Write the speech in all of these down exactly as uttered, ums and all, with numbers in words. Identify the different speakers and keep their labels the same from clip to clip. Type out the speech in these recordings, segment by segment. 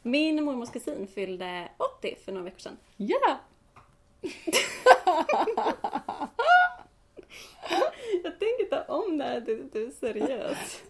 Speaker 1: Min mormors kusin fyllde åttio för några veckor sedan.
Speaker 2: Ja!
Speaker 1: Jag tänker ta om det här, du, du är seriös.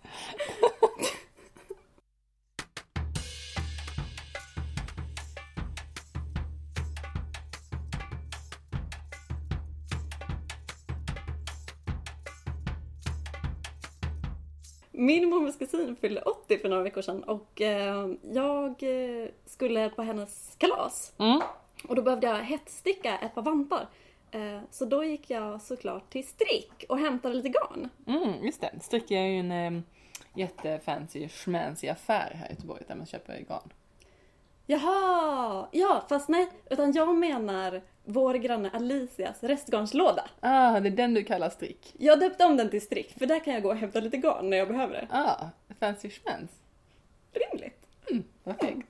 Speaker 1: Min mormors kusin fyllde åttio för några veckor sedan och eh, jag eh, skulle på hennes kalas.
Speaker 2: Mm.
Speaker 1: Och då behövde jag hetsticka ett par vantar. Eh, så då gick jag såklart till Strick och hämtade lite garn.
Speaker 2: Mm, just det. Strick är ju en eh, jättefancy, schmancy affär här i Göteborg där man köper garn.
Speaker 1: Jaha! Ja, fast nej. Utan jag menar vår granne Alicias restgarnslåda.
Speaker 2: Ah, det är den du kallar Strick.
Speaker 1: Jag döpte om den till Strick för där kan jag gå och hämta lite garn när jag behöver det.
Speaker 2: Ah, fancy schmans.
Speaker 1: Rimligt.
Speaker 2: Mm, perfekt.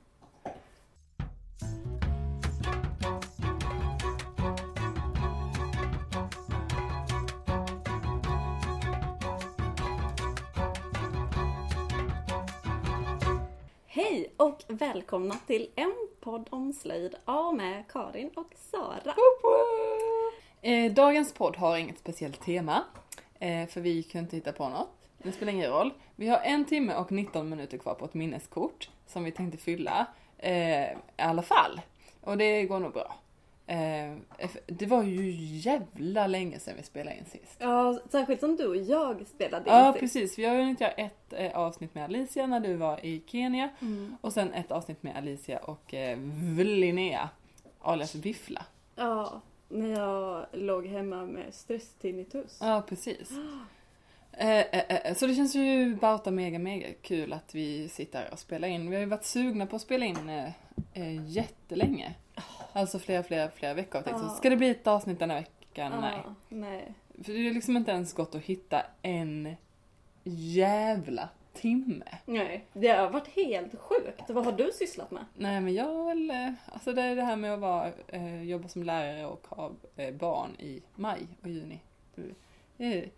Speaker 1: Hej och välkomna till en podd om slöjd av med Karin och Sara.
Speaker 2: Eh, dagens podd har inget speciellt tema, eh, för vi kunde inte hitta på något. Det spelar ingen roll. Vi har en timme och nitton minuter kvar på ett minneskort som vi tänkte fylla eh, i alla fall. Och det går nog bra. Eh, det var ju jävla länge sedan vi spelade in sist.
Speaker 1: Ja, särskilt som du och jag spelade in
Speaker 2: Ja,
Speaker 1: sist.
Speaker 2: precis. Vi har ju inte ett eh, avsnitt med Alicia när du var i Kenya.
Speaker 1: Mm.
Speaker 2: Och sen ett avsnitt med Alicia och eh, Linnea, alias Viffla.
Speaker 1: Ja, när jag låg hemma med stress-tinnitus.
Speaker 2: Ja, precis. Eh, eh, eh, så det känns ju bara mega, mega kul att vi sitter här och spelar in. Vi har ju varit sugna på att spela in eh, eh, jättelänge. Alltså flera, flera, flera veckor.
Speaker 1: Ja.
Speaker 2: Så ska det bli ett avsnitt den här veckan?
Speaker 1: Ja,
Speaker 2: Nej.
Speaker 1: nej.
Speaker 2: För det är liksom inte ens gott att hitta en jävla timme.
Speaker 1: Nej, det har varit helt sjukt. Vad har du sysslat med?
Speaker 2: Nej, men jag har väl... eh, Alltså det är det här med att vara, eh, jobba som lärare och ha eh, barn i maj och juni. Det är,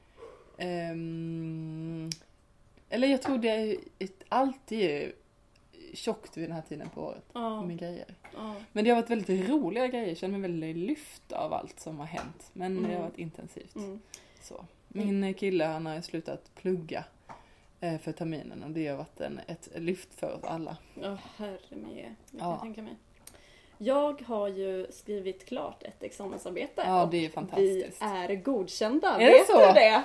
Speaker 2: ehm, eller jag tror det är ett, alltid är tjockt vid den här tiden på året.
Speaker 1: Ja.
Speaker 2: Med grejer.
Speaker 1: Ja.
Speaker 2: Men det har varit väldigt roliga grejer. Jag känner mig väldigt lyft av allt som har hänt. Men det har
Speaker 1: Mm.
Speaker 2: varit intensivt.
Speaker 1: Mm.
Speaker 2: Så. Min kille, han har slutat plugga eh, för terminen. Och det har varit en, ett lyft för oss alla.
Speaker 1: Ja, herre mig. Det kan
Speaker 2: Ja.
Speaker 1: jag tänka mig. Jag har ju skrivit klart ett examensarbete.
Speaker 2: Ja,
Speaker 1: och
Speaker 2: det är fantastiskt.
Speaker 1: vi är godkända.
Speaker 2: Är det
Speaker 1: Vet
Speaker 2: så?
Speaker 1: du det?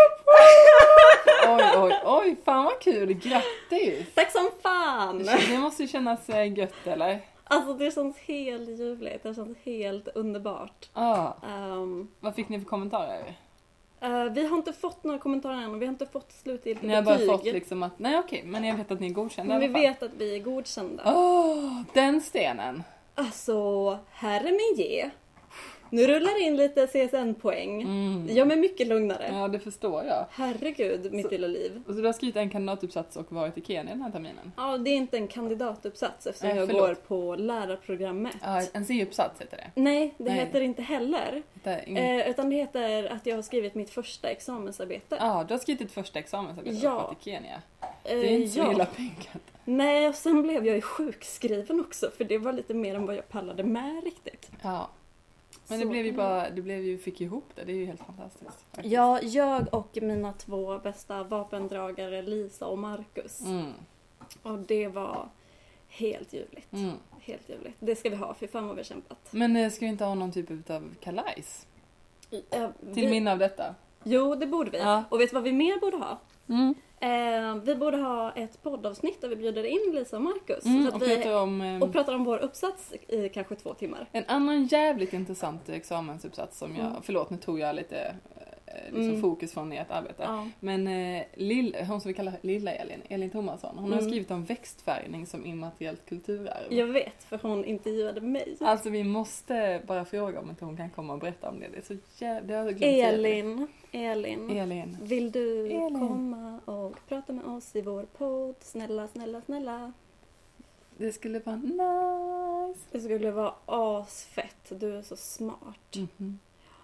Speaker 2: Oj, oj, oj. Fan vad kul. Grattis.
Speaker 1: Tack som fan!
Speaker 2: Det måste ju kännas eh, gött, eller?
Speaker 1: Alltså det känns helt ljuvligt. Det känns helt underbart.
Speaker 2: Ja.
Speaker 1: Um,
Speaker 2: Vad fick ni för kommentarer?
Speaker 1: uh, vi har inte fått några kommentarer än och vi har inte fått slutgiltigt
Speaker 2: Ni har bara
Speaker 1: betyg.
Speaker 2: fått liksom att, nej okej, men jag vet att ni är godkända
Speaker 1: Men
Speaker 2: i
Speaker 1: vi
Speaker 2: alla fall.
Speaker 1: vet att vi är godkända.
Speaker 2: Åh, den stenen.
Speaker 1: Alltså, herre min ge. Nu rullar in lite C S N-poäng.
Speaker 2: Mm.
Speaker 1: Jag är mycket lugnare.
Speaker 2: Ja, det förstår jag.
Speaker 1: Herregud, mitt
Speaker 2: Så-
Speaker 1: lilla liv.
Speaker 2: Och så du har skrivit en kandidatuppsats och varit i Kenya den här terminen?
Speaker 1: Ja, det är inte en kandidatuppsats eftersom
Speaker 2: Nej,
Speaker 1: jag
Speaker 2: förlåt.
Speaker 1: går på lärarprogrammet.
Speaker 2: Ja, en C-uppsats heter det.
Speaker 1: Nej, det
Speaker 2: Nej.
Speaker 1: heter inte heller.
Speaker 2: det är ing-
Speaker 1: Eh, utan det heter att jag har skrivit mitt första examensarbete.
Speaker 2: Ja, du har skrivit ditt första examensarbete
Speaker 1: Ja.
Speaker 2: och varit i Kenya.
Speaker 1: Eh,
Speaker 2: Det är inte så
Speaker 1: ja.
Speaker 2: illa pengat.
Speaker 1: Nej, och sen blev jag ju sjukskriven också. För det var lite mer än vad jag pallade med riktigt.
Speaker 2: Ja. Men det
Speaker 1: Så-
Speaker 2: blev ju bara, det blev ju, fick ihop det. Det är ju helt fantastiskt. faktiskt.
Speaker 1: Ja, jag och mina två bästa vapendragare, Lisa och Marcus.
Speaker 2: Mm.
Speaker 1: Och det var helt ljuvligt.
Speaker 2: Mm.
Speaker 1: Helt ljuvligt. Det ska vi ha, för fan vad vi har kämpat.
Speaker 2: Men eh, ska vi inte ha någon typ av kalajs?
Speaker 1: Eh,
Speaker 2: Till
Speaker 1: vi...
Speaker 2: minne av detta?
Speaker 1: Jo, det borde vi.
Speaker 2: Ja.
Speaker 1: Och vet du vad vi mer borde ha?
Speaker 2: Mm.
Speaker 1: Eh, vi borde ha ett poddavsnitt där vi bjuder in Lisa och Marcus.
Speaker 2: Mm,
Speaker 1: så att
Speaker 2: och
Speaker 1: vi...
Speaker 2: pratar om... eh,
Speaker 1: och pratar om vår uppsats i kanske två timmar.
Speaker 2: En annan jävligt intressant examensuppsats som jag...
Speaker 1: Mm.
Speaker 2: Förlåt, nu tog jag lite eh, liksom
Speaker 1: Mm.
Speaker 2: fokus från ert arbete.
Speaker 1: Ja.
Speaker 2: Men eh, Lill, hon som vi kallar Lilla Elin, Elin Thomasson, hon har
Speaker 1: Mm.
Speaker 2: skrivit om växtfärgning som immateriellt kulturarv.
Speaker 1: Jag vet, för hon intervjuade mig.
Speaker 2: Alltså vi måste bara fråga om inte hon kan komma och berätta om det. Det är så jävla... Det har jag glömt
Speaker 1: Elin, Elin,
Speaker 2: säga. Elin.
Speaker 1: vill du
Speaker 2: Elin.
Speaker 1: komma och prata med oss i vår podd? Snälla, snälla, snälla.
Speaker 2: Det skulle vara nice.
Speaker 1: Det skulle vara asfett. Du är så smart.
Speaker 2: Mhm.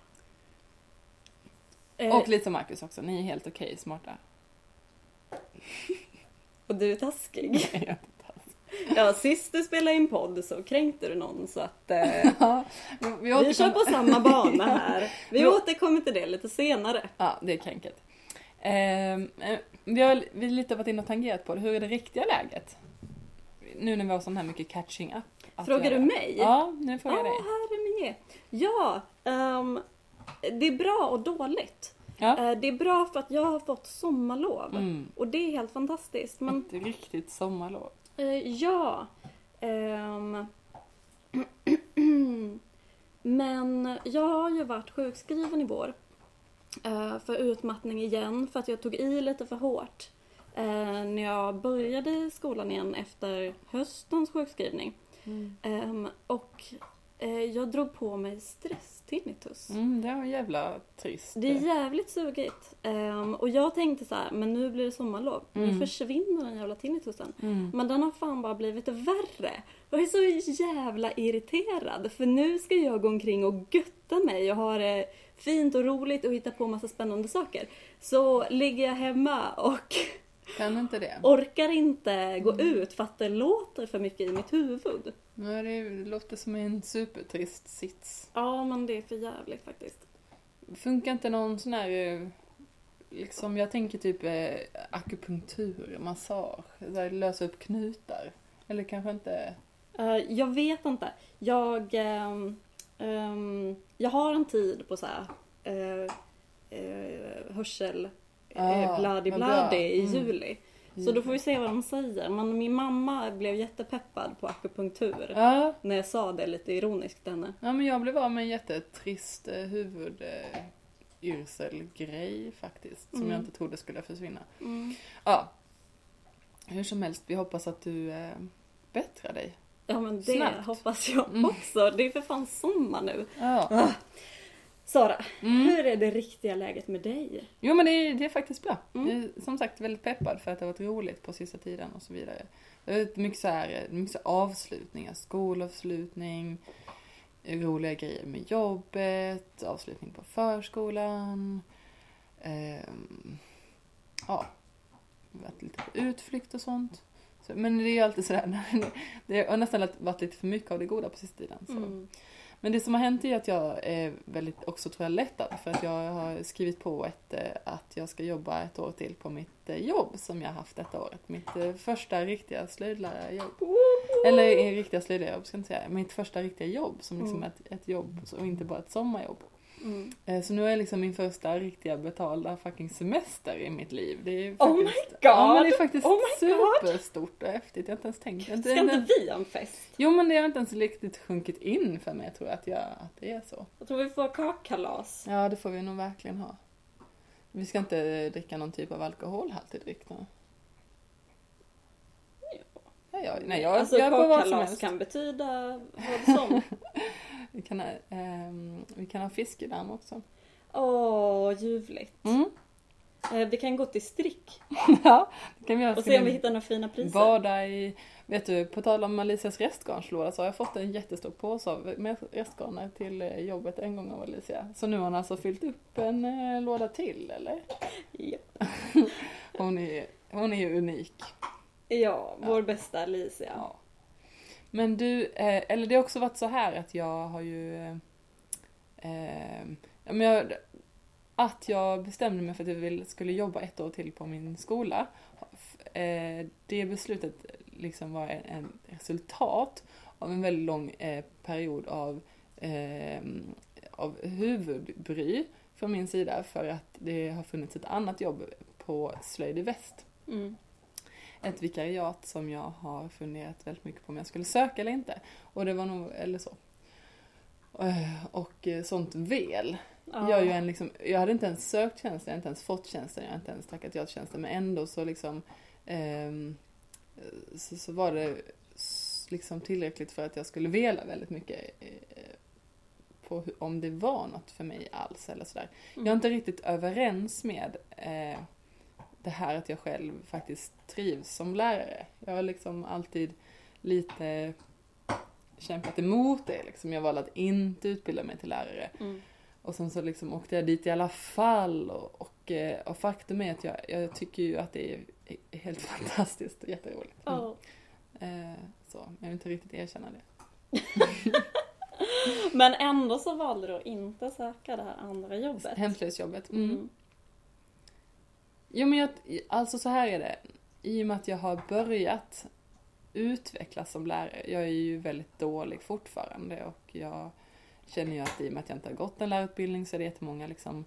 Speaker 1: Eh,
Speaker 2: Och lite som Marcus också. Ni är helt okej smarta.
Speaker 1: och du är taskig.
Speaker 2: Nej, jag är inte taskig.
Speaker 1: Ja, sist du spelade in podd så kränkte du någon så att eh,
Speaker 2: Ja, vi,
Speaker 1: vi kör på samma bana här. Vi återkommer till det lite senare.
Speaker 2: Ja, det är kränket. Eh, vi har vi har lite varit inne och tangerat på det. Hur är det riktiga läget? Nu när vi har sån här mycket catching up. att
Speaker 1: Frågar
Speaker 2: göra.
Speaker 1: du mig?
Speaker 2: Ja, nu frågar jag
Speaker 1: Ja,
Speaker 2: dig.
Speaker 1: här är med. Ja, ehm, det är bra och dåligt.
Speaker 2: Ja.
Speaker 1: Eh, det är bra för att jag har fått sommarlov.
Speaker 2: Mm.
Speaker 1: Och det är helt fantastiskt. Men
Speaker 2: Ett riktigt sommarlov.
Speaker 1: eh, ja. ehm, men jag har ju varit sjukskriven i vår. eh, för utmattning igen. För att jag tog i lite för hårt. eh, när jag började skolan igen efter höstens sjukskrivning.
Speaker 2: Mm.
Speaker 1: Ehm, och eh, jag drog på mig stress-tinnitus.
Speaker 2: Mm, det var jävla trist.
Speaker 1: Det är jävligt sugigt. Ehm, och jag tänkte så här, men nu blir det sommarlov. Nu
Speaker 2: Mm.
Speaker 1: försvinner den jävla tinnitusen.
Speaker 2: Mm.
Speaker 1: Men den har fan bara blivit värre. Jag är så jävla irriterad. För nu ska jag gå omkring och götta mig och ha det fint och roligt och hitta på massa spännande saker. Så ligger jag hemma och
Speaker 2: Kan inte det?
Speaker 1: orkar inte gå ut för att det låter för mycket i mitt huvud.
Speaker 2: Nej, det låter som en supertrist sits.
Speaker 1: Ja, men det är för jävligt faktiskt.
Speaker 2: Funkar inte någon sån här, eh, liksom jag tänker typ eh, akupunktur, massage, där lösa upp knutar. Eller kanske inte...
Speaker 1: Eh, jag vet inte. Jag, ehm, ehm, jag har en tid på så här, eh, eh, hörsel,
Speaker 2: Ah,
Speaker 1: eh, bladi
Speaker 2: vad
Speaker 1: bladi
Speaker 2: bra.
Speaker 1: i
Speaker 2: Mm.
Speaker 1: juli. Så då får vi se vad de säger. Men min mamma blev jättepeppad på akupunktur.
Speaker 2: Ja,
Speaker 1: När jag sa det lite ironiskt till henne.
Speaker 2: ja men jag blev av med en jättetrist eh, huvud... Eh, yrselgrej faktiskt, som
Speaker 1: Mm.
Speaker 2: jag inte trodde skulle försvinna.
Speaker 1: Mm.
Speaker 2: Ja, hur som helst, vi hoppas att du eh, bättrar dig.
Speaker 1: Ja, men det
Speaker 2: Snabbt.
Speaker 1: hoppas jag
Speaker 2: Mm.
Speaker 1: också. Det är för fan sommar nu.
Speaker 2: Ja.
Speaker 1: Sara,
Speaker 2: Mm.
Speaker 1: hur är det riktiga läget med dig?
Speaker 2: Jo men det är, det är faktiskt bra.
Speaker 1: Mm.
Speaker 2: Jag är som sagt väldigt peppad för att det har varit roligt på sista tiden och så vidare. Det har varit mycket så här, mycket så här avslutningar, skolavslutning, roliga grejer med jobbet, avslutning på förskolan. Ehm, ja, varit lite på utflykt och sånt. Så, men det är ju alltid sådär, det har nästan varit lite för mycket av det goda på sista tiden. Så.
Speaker 1: Mm.
Speaker 2: Men det som har hänt är att jag är väldigt också tror jag lättad för att jag har skrivit på ett, eh, att jag ska jobba ett år till på mitt eh, jobb som jag har haft detta året. Mitt eh, första riktiga slöjdlärarjobb. Eller eh, riktiga slöjdlärarjobb ska jag inte säga. Mitt första riktiga jobb som liksom
Speaker 1: Mm.
Speaker 2: ett, ett jobb och inte bara ett sommarjobb.
Speaker 1: Mm.
Speaker 2: Eh, så nu är liksom min första riktiga betalda fucking semester i mitt liv. Det är faktiskt,
Speaker 1: Oh my god!
Speaker 2: Ja, men det är faktiskt
Speaker 1: Oh my god!
Speaker 2: superstort och häftigt. Jag har inte ens tänkt. Jag har
Speaker 1: Ska
Speaker 2: inte-
Speaker 1: inte vi ha en fest?
Speaker 2: Jo men det har inte ens riktigt sjunkit in för mig tror jag att, jag, att det är så.
Speaker 1: Jag tror vi får kakkalas.
Speaker 2: Ja det får vi nog verkligen ha. Vi ska inte dricka någon typ av alkoholhaltig dryck nu. Ja, ja, nej, jag,
Speaker 1: Alltså
Speaker 2: jag är på vad som
Speaker 1: kakkalas
Speaker 2: helst.
Speaker 1: kan betyda vad som.
Speaker 2: Vi kan ha, ehm, vi kan ha fiskedamm också.
Speaker 1: Åh, ljuvligt.
Speaker 2: Mm.
Speaker 1: Eh, vi kan gå till Strick
Speaker 2: Ja, det kan vi göra.
Speaker 1: och
Speaker 2: Ska
Speaker 1: se om
Speaker 2: vi
Speaker 1: vi hittar några fina priser.
Speaker 2: Bada i, vet du, på tal om Alicias restgarnslåda så har jag fått en jättestor påse av- med restgarner till eh, jobbet en gång av Alicia. Så nu har hon alltså fyllt upp en eh, låda till, eller?
Speaker 1: Japp.
Speaker 2: Hon är, hon är ju unik.
Speaker 1: Ja, vår bästa Alicia.
Speaker 2: Ja. Men du, eh, eller det har också varit så här att jag har ju, eh, eh, ja, men jag, att jag bestämde mig för att jag vill, skulle jobba ett år till på min skola. Eh, det beslutet liksom var en, en resultat av en väldigt lång eh, period av, eh, av huvudbry från min sida för att det har funnits ett annat jobb på Slöjd i Väst.
Speaker 1: Mm.
Speaker 2: Ett vikariat som jag har funderat väldigt mycket på om jag skulle söka eller inte. Och det var nog, eller så. Eh, Och eh, sånt väl.
Speaker 1: Ja.
Speaker 2: Jag, är ju en liksom, jag hade inte ens sökt tjänsten, jag hade inte ens fått tjänsten, jag hade inte ens tackat ja till tjänsten. Men ändå så liksom ehm, så, så var det s- liksom tillräckligt för att jag skulle vela väldigt mycket eh, på hur, om det var något för mig alls eller sådär.
Speaker 1: Mm.
Speaker 2: Jag är inte riktigt överens med eh, det här att jag själv faktiskt trivs som lärare. Jag har liksom alltid lite kämpat emot det. Liksom. Jag valde att inte utbilda mig till lärare.
Speaker 1: Mm.
Speaker 2: Och sen så liksom åkte jag dit i alla fall. Och, och, eh, och faktum är att jag, jag tycker ju att det är helt fantastiskt och jätteroligt. Mm.
Speaker 1: Ja.
Speaker 2: Eh, så, jag vill inte riktigt erkänna det.
Speaker 1: Men ändå så valde du att inte söka det här andra jobbet.
Speaker 2: Hemslöjdsjobbet. Mm.
Speaker 1: Mm.
Speaker 2: Jo men jag, alltså så här är det. I och med att jag har börjat utvecklas som lärare. Jag är ju väldigt dålig fortfarande och jag känner ju att i och med att jag inte har gått en lärarutbildning så är det jättemånga liksom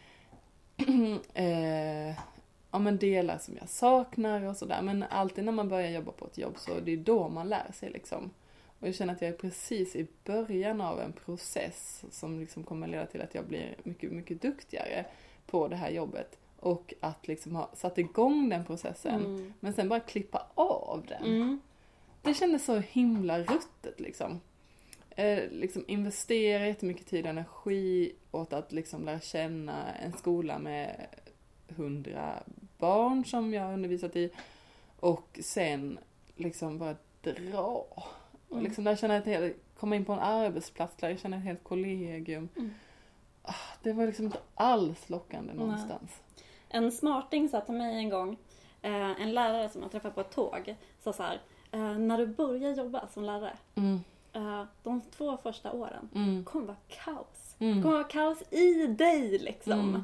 Speaker 2: eh, ja, men delar som jag saknar och sådär. Men alltid när man börjar jobba på ett jobb så det är då man lär sig liksom. Och jag känner att jag är precis i början av en process som liksom kommer leda till att jag blir mycket, mycket duktigare på det här jobbet. Och att liksom ha satt igång den processen. Mm. Men sen bara klippa av den. Mm. Det kändes så himla ruttet liksom. Eh, liksom investera jättemycket tid och energi åt att liksom lära känna en skola med hundra barn som jag har undervisat i. Och sen liksom bara dra. Och liksom där känna ett helt, komma in på en arbetsplats där jag känner ett helt kollegium. Mm. Det var liksom inte alls lockande någonstans.
Speaker 1: Nej. En smarting sa till mig en gång, eh, en lärare som jag träffade på ett tåg, sa så här, eh, när du börjar jobba som lärare, mm. eh, de två första åren mm. kommer vara kaos. Mm. Det kommer vara kaos i dig liksom.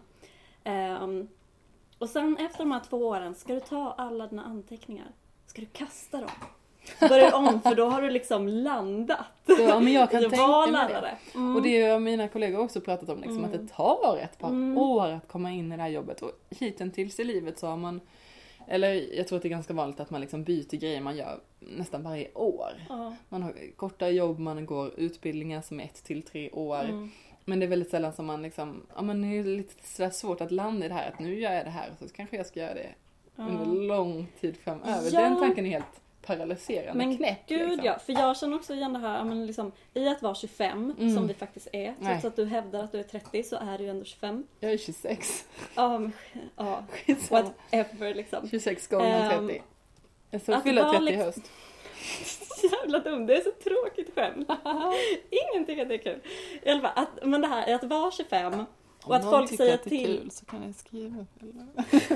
Speaker 1: Mm. Eh, och sen efter de här två åren ska du ta alla dina anteckningar, ska du kasta dem. Börja om, för då har du liksom landat.
Speaker 2: Ja, men jag kan tänka mig det. Mm. Och det har mina kollegor också pratat om, liksom, mm. att det tar ett par mm. år att komma in i det här jobbet. Och hittills i livet så har man, eller jag tror att det är ganska vanligt att man liksom byter grejer man gör nästan varje år. Mm. Man har korta jobb, man går utbildningar som ett till tre år. Mm. Men det är väldigt sällan som man liksom, ja men det är lite svårt att landa i det här, att nu gör jag det här och så kanske jag ska göra det mm. under lång tid framöver. Ja. Den tanken är helt paralyserande men knäpp.
Speaker 1: Gud
Speaker 2: liksom.
Speaker 1: Ja, för jag känner också igen det här, men liksom, i att vara tjugofem, mm. som det faktiskt är, trots Nej. Att du hävdar att du är trettio så är du ju ändå tjugofem.
Speaker 2: Jag är tjugosex.
Speaker 1: Ja, men, ja. Whatever liksom.
Speaker 2: tjugosex gånger trettio. Jag så fyller trettio i liksom... höst.
Speaker 1: Jävla dum, det är så tråkigt skämt. Ingen tycker att det är kul. I alla fall, att, men det här att vara tjugofem och
Speaker 2: om
Speaker 1: att folk säger
Speaker 2: att det är
Speaker 1: till
Speaker 2: kul så kan jag skriva upp eller?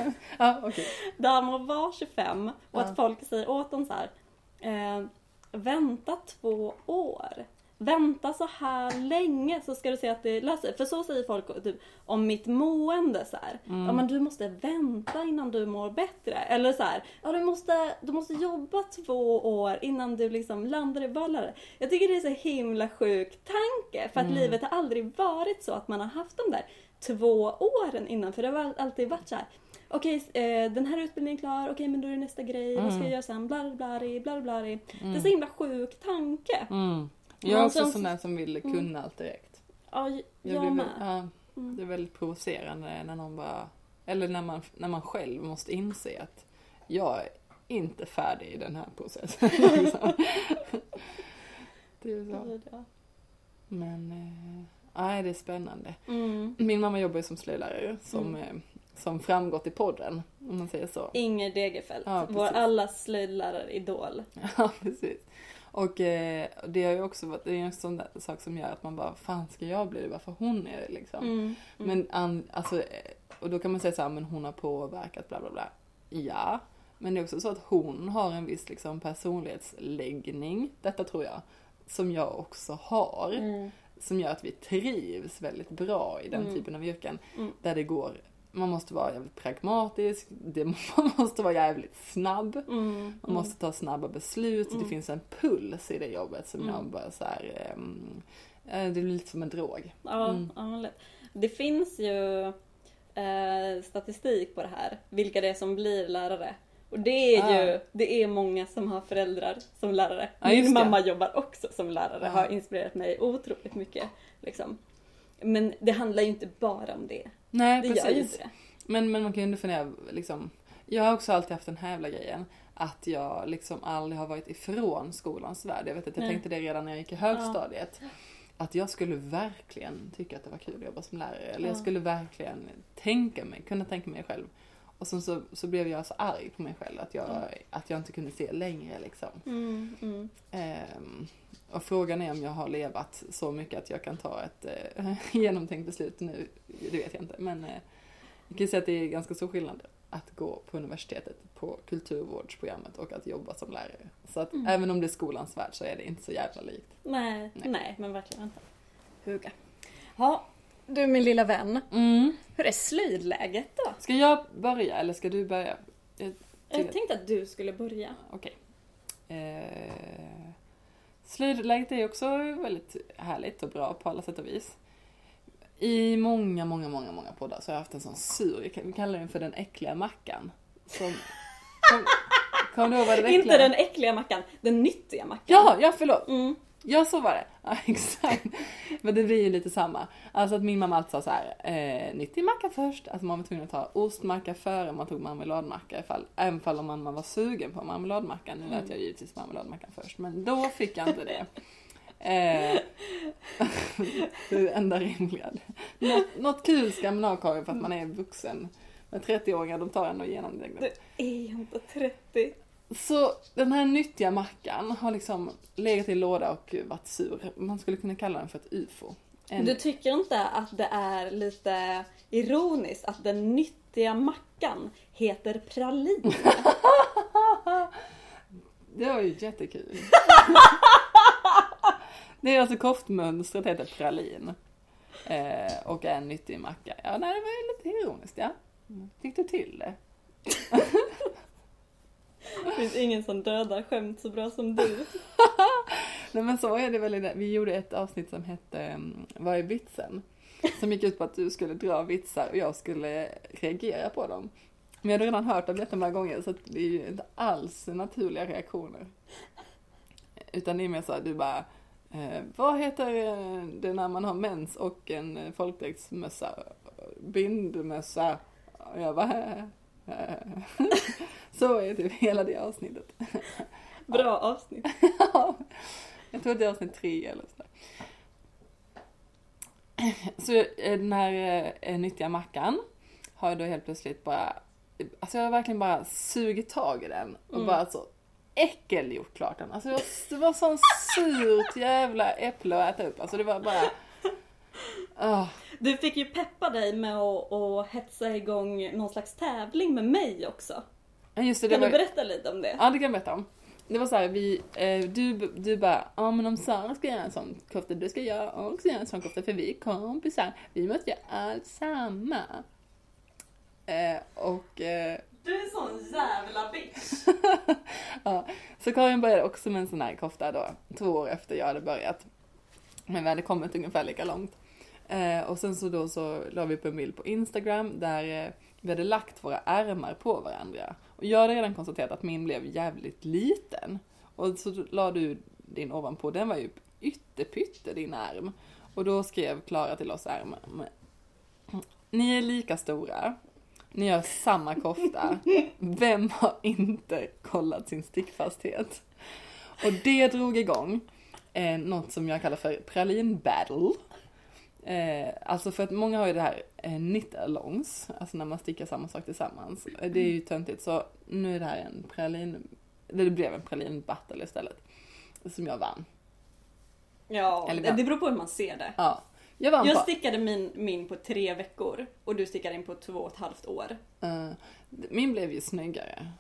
Speaker 2: Ja, okej.
Speaker 1: Där man var tjugofem och ja. Att folk säger åt dem så här, eh, vänta två år. Vänta så här länge så ska du se att det löser. För så säger folk typ, om mitt mående så här. Mm. Ja men du måste vänta innan du mår bättre. Eller så här, ja du måste, du måste jobba två år innan du liksom landar i ballare. Jag tycker det är så himla sjuk tanke. För att mm. livet har aldrig varit så att man har haft de där två åren innan. För det har alltid varit så här. Okej, eh, den här utbildningen är klar. Okej, men då är det nästa grej. Mm. Vad ska jag göra sen? Bla bla bla bla bla. Mm. Det är så himla sjuk tanke.
Speaker 2: Mm. Jag är också sån där som vill kunna mm. allt direkt.
Speaker 1: Ja, jag,
Speaker 2: jag
Speaker 1: med.
Speaker 2: Väl, ja, mm. Det är väldigt provocerande när någon bara... Eller när man, när man själv måste inse att jag är inte färdig i den här processen. Det är så. Men, äh, nej, det är spännande. Mm. Min mamma jobbar ju som slöjdlärare, som... Mm. Som framgått i podden, om man säger så.
Speaker 1: Inger Degerfeldt, ja, vår alla slöjdlärare-idol.
Speaker 2: Ja, precis. Och eh, det har ju också varit, det är en sån där sak som gör att man bara, fan ska jag bli det? Varför hon är det liksom? Mm, mm. Men an, alltså, och då kan man säga så här, men hon har påverkat bla bla bla. Ja, men det är också så att hon har en viss liksom personlighetsläggning, detta tror jag, som jag också har. Mm. Som gör att vi trivs väldigt bra i den mm. typen av yrken. Mm. Där det går, man måste vara jävligt pragmatisk, det, man måste vara jävligt snabb, mm. man mm. måste ta snabba beslut, mm. det finns en puls i det jobbet som mm. jag bara så här, um, det blir lite som en drog.
Speaker 1: Ja, mm. ja det finns ju eh, statistik på det här, vilka det är som blir lärare. Och det är ju, ja. det är många som har föräldrar som lärare. Ja, min mamma jobbar också som lärare, ja. Har inspirerat mig otroligt mycket. Liksom. Men det handlar ju inte bara om det.
Speaker 2: Nej,
Speaker 1: det
Speaker 2: precis.
Speaker 1: Gör ju inte det.
Speaker 2: Men, men man kan ju fundera, liksom, jag har också alltid haft den här jävla grejen. Att jag liksom aldrig har varit ifrån skolans värld. Jag vet att jag Nej. tänkte det redan när jag gick i högstadiet. Ja. Att jag skulle verkligen tycka att det var kul att jobba som lärare. Eller ja. jag skulle verkligen tänka mig, kunna tänka mig själv. Och sen så, så blev jag så arg på mig själv att jag, mm. att jag inte kunde se längre liksom. Mm, mm. Ehm, och frågan är om jag har levat så mycket att jag kan ta ett eh, genomtänkt beslut nu. Det vet jag inte. Men eh, jag kan säga att det är ganska stor skillnad. att gå på universitetet på kulturvårdsprogrammet och att jobba som lärare. Så att
Speaker 1: Mm.
Speaker 2: även om det är skolans värld så är det inte så jävla likt.
Speaker 1: Nej,
Speaker 2: Nej.
Speaker 1: nej, men verkligen inte. Huga. Ja, du min lilla vän.
Speaker 2: Mm.
Speaker 1: Hur är slöjdläget då?
Speaker 2: Ska jag börja eller ska du börja? Jag
Speaker 1: Jag
Speaker 2: tycker-
Speaker 1: tänkte att du skulle börja.
Speaker 2: Okej. Eh, slöjdläget är också väldigt härligt och bra på alla sätt och vis. I många, många, många, många poddar så har jag haft en sån sur, vi kallar den för den äckliga mackan. Som, kom, kom du ihåg vad det äckliga?
Speaker 1: Inte den äckliga mackan, den nyttiga mackan.
Speaker 2: Ja, ja förlåt.
Speaker 1: Mm.
Speaker 2: Ja, så var det. Ja, exakt. Men det blir ju lite samma. Alltså att min mamma alltid sa så här, eh, nyttig macka först. Alltså man var tvungen att ta ostmacka före man tog marmeladmacka. Ifall, även fall om man, man var sugen på marmeladmackan. Nu lät jag givetvis marmeladmackan först. Men då fick jag inte det. Eh, det är det enda rimliga. Något, något kul ska man ha, Karin, för att man är vuxen. Men trettio-åringar, de tar ändå igenom det.
Speaker 1: Du är inte trettio.
Speaker 2: Så den här nyttiga mackan har liksom legat i låda och varit sur. Man skulle kunna kalla den för ett U F O. En...
Speaker 1: Du tycker inte att det är lite ironiskt att den nyttiga mackan heter pralin?
Speaker 2: Det var ju jättekul. Det är alltså koftmönstret heter pralin. Eh, och är en nyttig macka. Ja, nej, det var ju lite ironiskt, ja. Fick du till det?
Speaker 1: Det finns ingen som dödar skämt så bra som du.
Speaker 2: Nej, men så är det väl i det. Vi gjorde ett avsnitt som hette um, Vad är vitsen? Som gick ut på att du skulle dra vitsar och jag skulle reagera på dem. Men jag hade redan hört om detta många gånger så att det är ju inte alls naturliga reaktioner. Utan det är mer så att du bara eh, vad heter det när man har mens och en folkdräktsmössa? Bindmössa. Och jag bara så är det hela det avsnittet.
Speaker 1: Bra avsnitt.
Speaker 2: Ja, jag tror det är avsnitt tre eller så. Så den här eh, nyttiga mackan har jag då helt plötsligt bara, alltså jag har verkligen bara sugit tag i den och
Speaker 1: Mm.
Speaker 2: bara så äckel gjort klart den. Alltså det var, det var sån surt jävla äpple att äta upp. Alltså det var bara oh.
Speaker 1: Du fick ju peppa dig med att, att hetsa igång någon slags tävling med mig också.
Speaker 2: Just det, det
Speaker 1: Kan
Speaker 2: var...
Speaker 1: du berätta lite om det?
Speaker 2: Ja, det kan jag berätta om. Det var så här, vi, eh, du, du bara, ja men om Sara ska göra en sån kofta, du ska jag också göra en sån kofta för vi är kompisar. Vi måste göra allt samma. Eh, och... Eh,
Speaker 1: Du är en sån jävla bitch.
Speaker 2: ja, så Karin började också med en sån här kofta då, två år efter jag hade börjat. Men vi hade kommit ungefär lika långt. Eh, och sen så då så la vi upp en bild på Instagram där eh, vi hade lagt våra ärmar på varandra. Och jag hade redan konstaterat att min blev jävligt liten. Och så la du din ovanpå, den var ju ytterpytte din arm. Och då skrev Klara till oss ärmar. Ni är lika stora. Ni gör samma kofta. Vem har inte kollat sin stickfasthet? Och det drog igång eh, något som jag kallar för pralin battle. Eh, alltså för att många har ju det här eh, knit-alongs, alltså när man stickar samma sak tillsammans. Eh, det är ju töntigt, så nu är det här en pralin, det blev en pralin battle istället. Som jag vann.
Speaker 1: Ja,
Speaker 2: Eller
Speaker 1: det, det beror på hur man ser det.
Speaker 2: Ja, jag vann
Speaker 1: Jag
Speaker 2: på...
Speaker 1: stickade min, min på tre veckor och du stickade in på två och ett halvt år.
Speaker 2: Uh, min blev ju snyggare.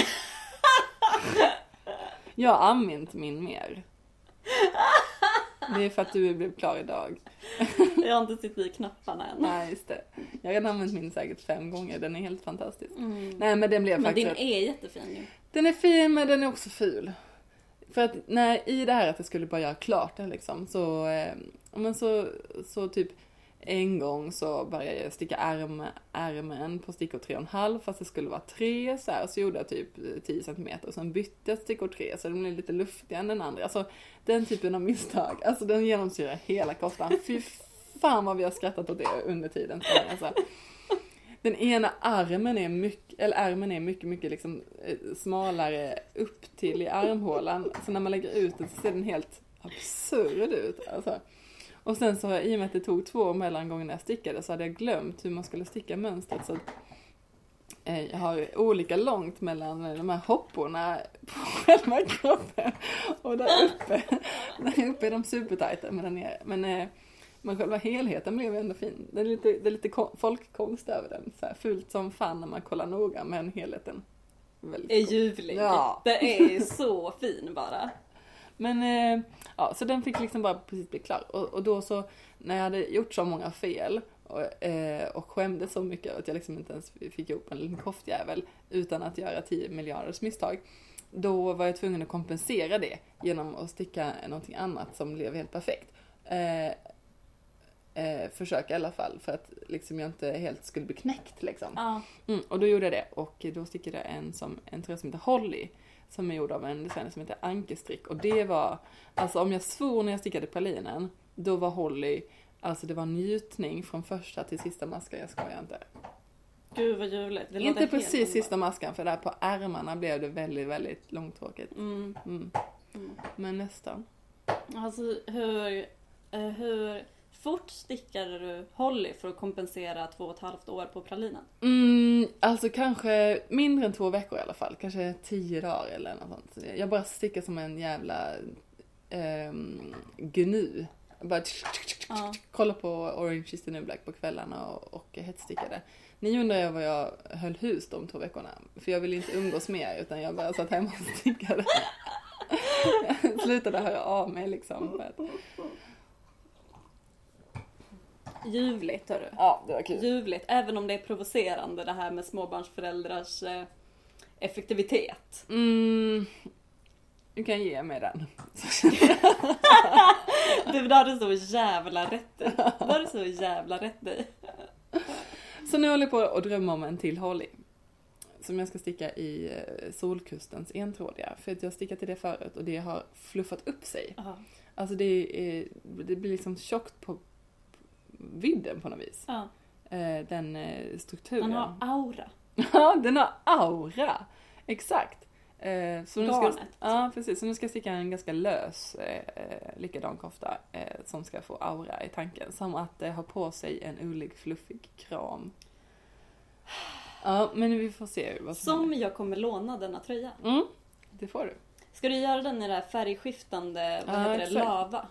Speaker 2: Jag har använt min mer. Det är för att du blev klar idag.
Speaker 1: Jag har inte suttit i knapparna än.
Speaker 2: Nej, just det. Jag har använt min säkert fem gånger. Den är helt fantastisk.
Speaker 1: Mm.
Speaker 2: Nej, men den blev
Speaker 1: Men
Speaker 2: faktiskt...
Speaker 1: din är jättefin ju.
Speaker 2: Den är fin, men den är också ful. För att när, i det här att jag skulle bara göra klart den liksom, så, eh, men så, så typ en gång så började jag sticka ärm, ärmen på stickor tre och en halv fast det skulle vara tre så här. Så gjorde jag typ tio centimeter och sen bytte jag stickor tre så den blev lite luftigare än den andra. Alltså den typen av misstag, alltså den genomsyrar hela koftan. Fy fan vad vi har skrattat åt det under tiden. Alltså. Den ena armen är mycket, eller ärmen är mycket, mycket liksom smalare upp till i armhålan. Så när man lägger ut den så ser den helt absurd ut. Alltså. Och sen så i och med att det tog två mellangånger när jag stickade så hade jag glömt hur man skulle sticka mönstret. Så eh, jag har olika långt mellan de här hopporna på själva kroppen. Och där uppe, där uppe är de supertajta med den nere. Men, eh, Men själva helheten blev ändå fin. Det är lite, det är lite folkkonst över den. Så här fult som fan när man kollar noga, men helheten
Speaker 1: väldigt är ljuvlig.
Speaker 2: Ja.
Speaker 1: Det är så fin bara.
Speaker 2: Men eh, ja, så den fick liksom bara precis bli klar. Och, och då så, när jag hade gjort så många fel och, eh, och skämde så mycket att jag liksom inte ens fick ihop en liten koftjävel utan att göra tio miljarders misstag. Då var jag tvungen att kompensera det genom att sticka någonting annat som blev helt perfekt. Eh, eh, försök i alla fall, för att liksom jag inte helt skulle bli knäckt liksom.
Speaker 1: Ja.
Speaker 2: Mm, och då gjorde jag det, och då stickade jag en, som, en tröja som heter Holly, som är gjord av en designer som heter Ankestrick. Och det var, alltså om jag svor när jag stickade pralinen, då var Holly, alltså det var njutning från första till sista maskan, jag skojar inte.
Speaker 1: Gud vad ljuvligt. Det
Speaker 2: inte precis sista maskan, för där på ärmarna blev det väldigt, väldigt långtråkigt.
Speaker 1: Mm.
Speaker 2: Mm. Mm. Men nästan.
Speaker 1: Alltså hur, hur fort stickade du Holly för att kompensera två och ett halvt år på pralinen?
Speaker 2: Mm, alltså kanske mindre än två veckor i alla fall. Kanske tio dagar eller något sånt. Jag bara stickade som en jävla um, gnu. Jag bara
Speaker 1: ja.
Speaker 2: kolla på Orange is the New Black på kvällarna och, och hetsstickade. Ni undrar jag vad jag höll hus de två veckorna. För jag ville inte umgås mer, utan jag bara satt hemma och stickade. Jag slutade höra av mig liksom.
Speaker 1: Ljuvligt, hörru.
Speaker 2: Ja, det var kul.
Speaker 1: Ljuvligt, även om det är provocerande det här med småbarnsföräldrars eh, effektivitet.
Speaker 2: Mm, du kan ge mig den.
Speaker 1: Du, det har du så jävla rätt i. Det har du så jävla rätt i.
Speaker 2: Så nu håller jag på att drömma om en till Holly. Som jag ska sticka i Solkustens entrådiga. För att jag stickat till det förut och det har fluffat upp sig.
Speaker 1: Aha.
Speaker 2: Alltså det, är, det blir liksom tjockt på vidden på något vis.
Speaker 1: Ja.
Speaker 2: Den strukturen.
Speaker 1: Den har aura.
Speaker 2: Ja, den har aura. Exakt. Så nu
Speaker 1: Garnet.
Speaker 2: ska, ja, precis. Så nu ska jag sticka en ganska lös eh, likadan kofta eh, som ska få aura i tanken. Som att det eh, har på sig en ulig, fluffig kram. Ja, men vi får se vad som
Speaker 1: Som
Speaker 2: händer.
Speaker 1: jag kommer låna denna tröja.
Speaker 2: Mm, det får du.
Speaker 1: Ska du göra den i det här färgskiftande, vad
Speaker 2: Ja,
Speaker 1: heter det,
Speaker 2: exakt.
Speaker 1: lava?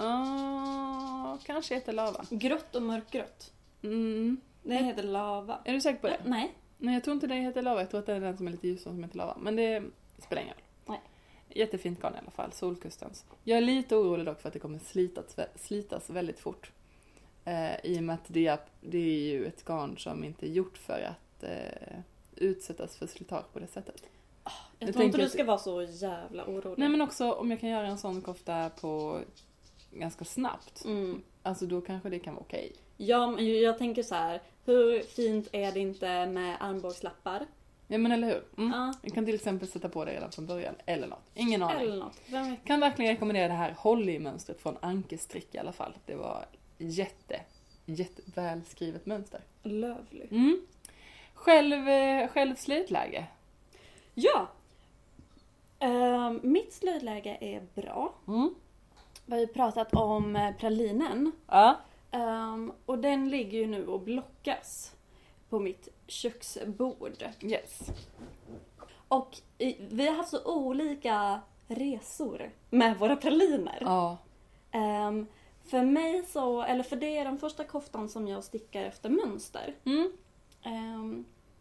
Speaker 2: Ja, kanske heter lava.
Speaker 1: Grått och mörkgrått.
Speaker 2: Mm.
Speaker 1: Det heter lava.
Speaker 2: Är du säker på det?
Speaker 1: Nej.
Speaker 2: Nej, jag tror inte det heter lava. Jag tror att det är den som är lite ljusare som heter lava. Men det spelar ingen roll.
Speaker 1: Nej.
Speaker 2: Jättefint garn i alla fall. Solkustens. Jag är lite orolig dock för att det kommer slitas, slitas väldigt fort. Eh, I och med att det är, det är ju ett garn som inte är gjort för att eh, utsättas för slitage på det sättet.
Speaker 1: Jag, jag tror inte du ska att... vara så jävla orolig.
Speaker 2: Nej, men också om jag kan göra en sån kofta på ganska snabbt.
Speaker 1: Mm.
Speaker 2: Alltså då kanske det kan vara okej.
Speaker 1: Ja, men jag tänker så här. Hur fint är det inte med armbågslappar?
Speaker 2: Ja, men eller hur? Mm.
Speaker 1: Ja.
Speaker 2: Jag kan till exempel sätta på det redan från början. Eller något. Ingen aning.
Speaker 1: Eller något. Vem vet?
Speaker 2: Kan verkligen rekommendera det här Holly-mönstret från Ankestrick i alla fall. Det var jätte, jätteväl skrivet mönster.
Speaker 1: Lövligt.
Speaker 2: Mm. Själv, själv slutläge?
Speaker 1: Ja. Uh, mitt slutläge är bra.
Speaker 2: Mm.
Speaker 1: Vi har ju pratat om pralinen.
Speaker 2: Ja.
Speaker 1: Um, och den ligger ju nu och blockas på mitt köksbord.
Speaker 2: Yes.
Speaker 1: Och i, vi har haft så olika resor med våra praliner.
Speaker 2: Ja.
Speaker 1: Um, för mig så, eller för det är den första koftan som jag stickar efter mönster.
Speaker 2: Mm.
Speaker 1: Um,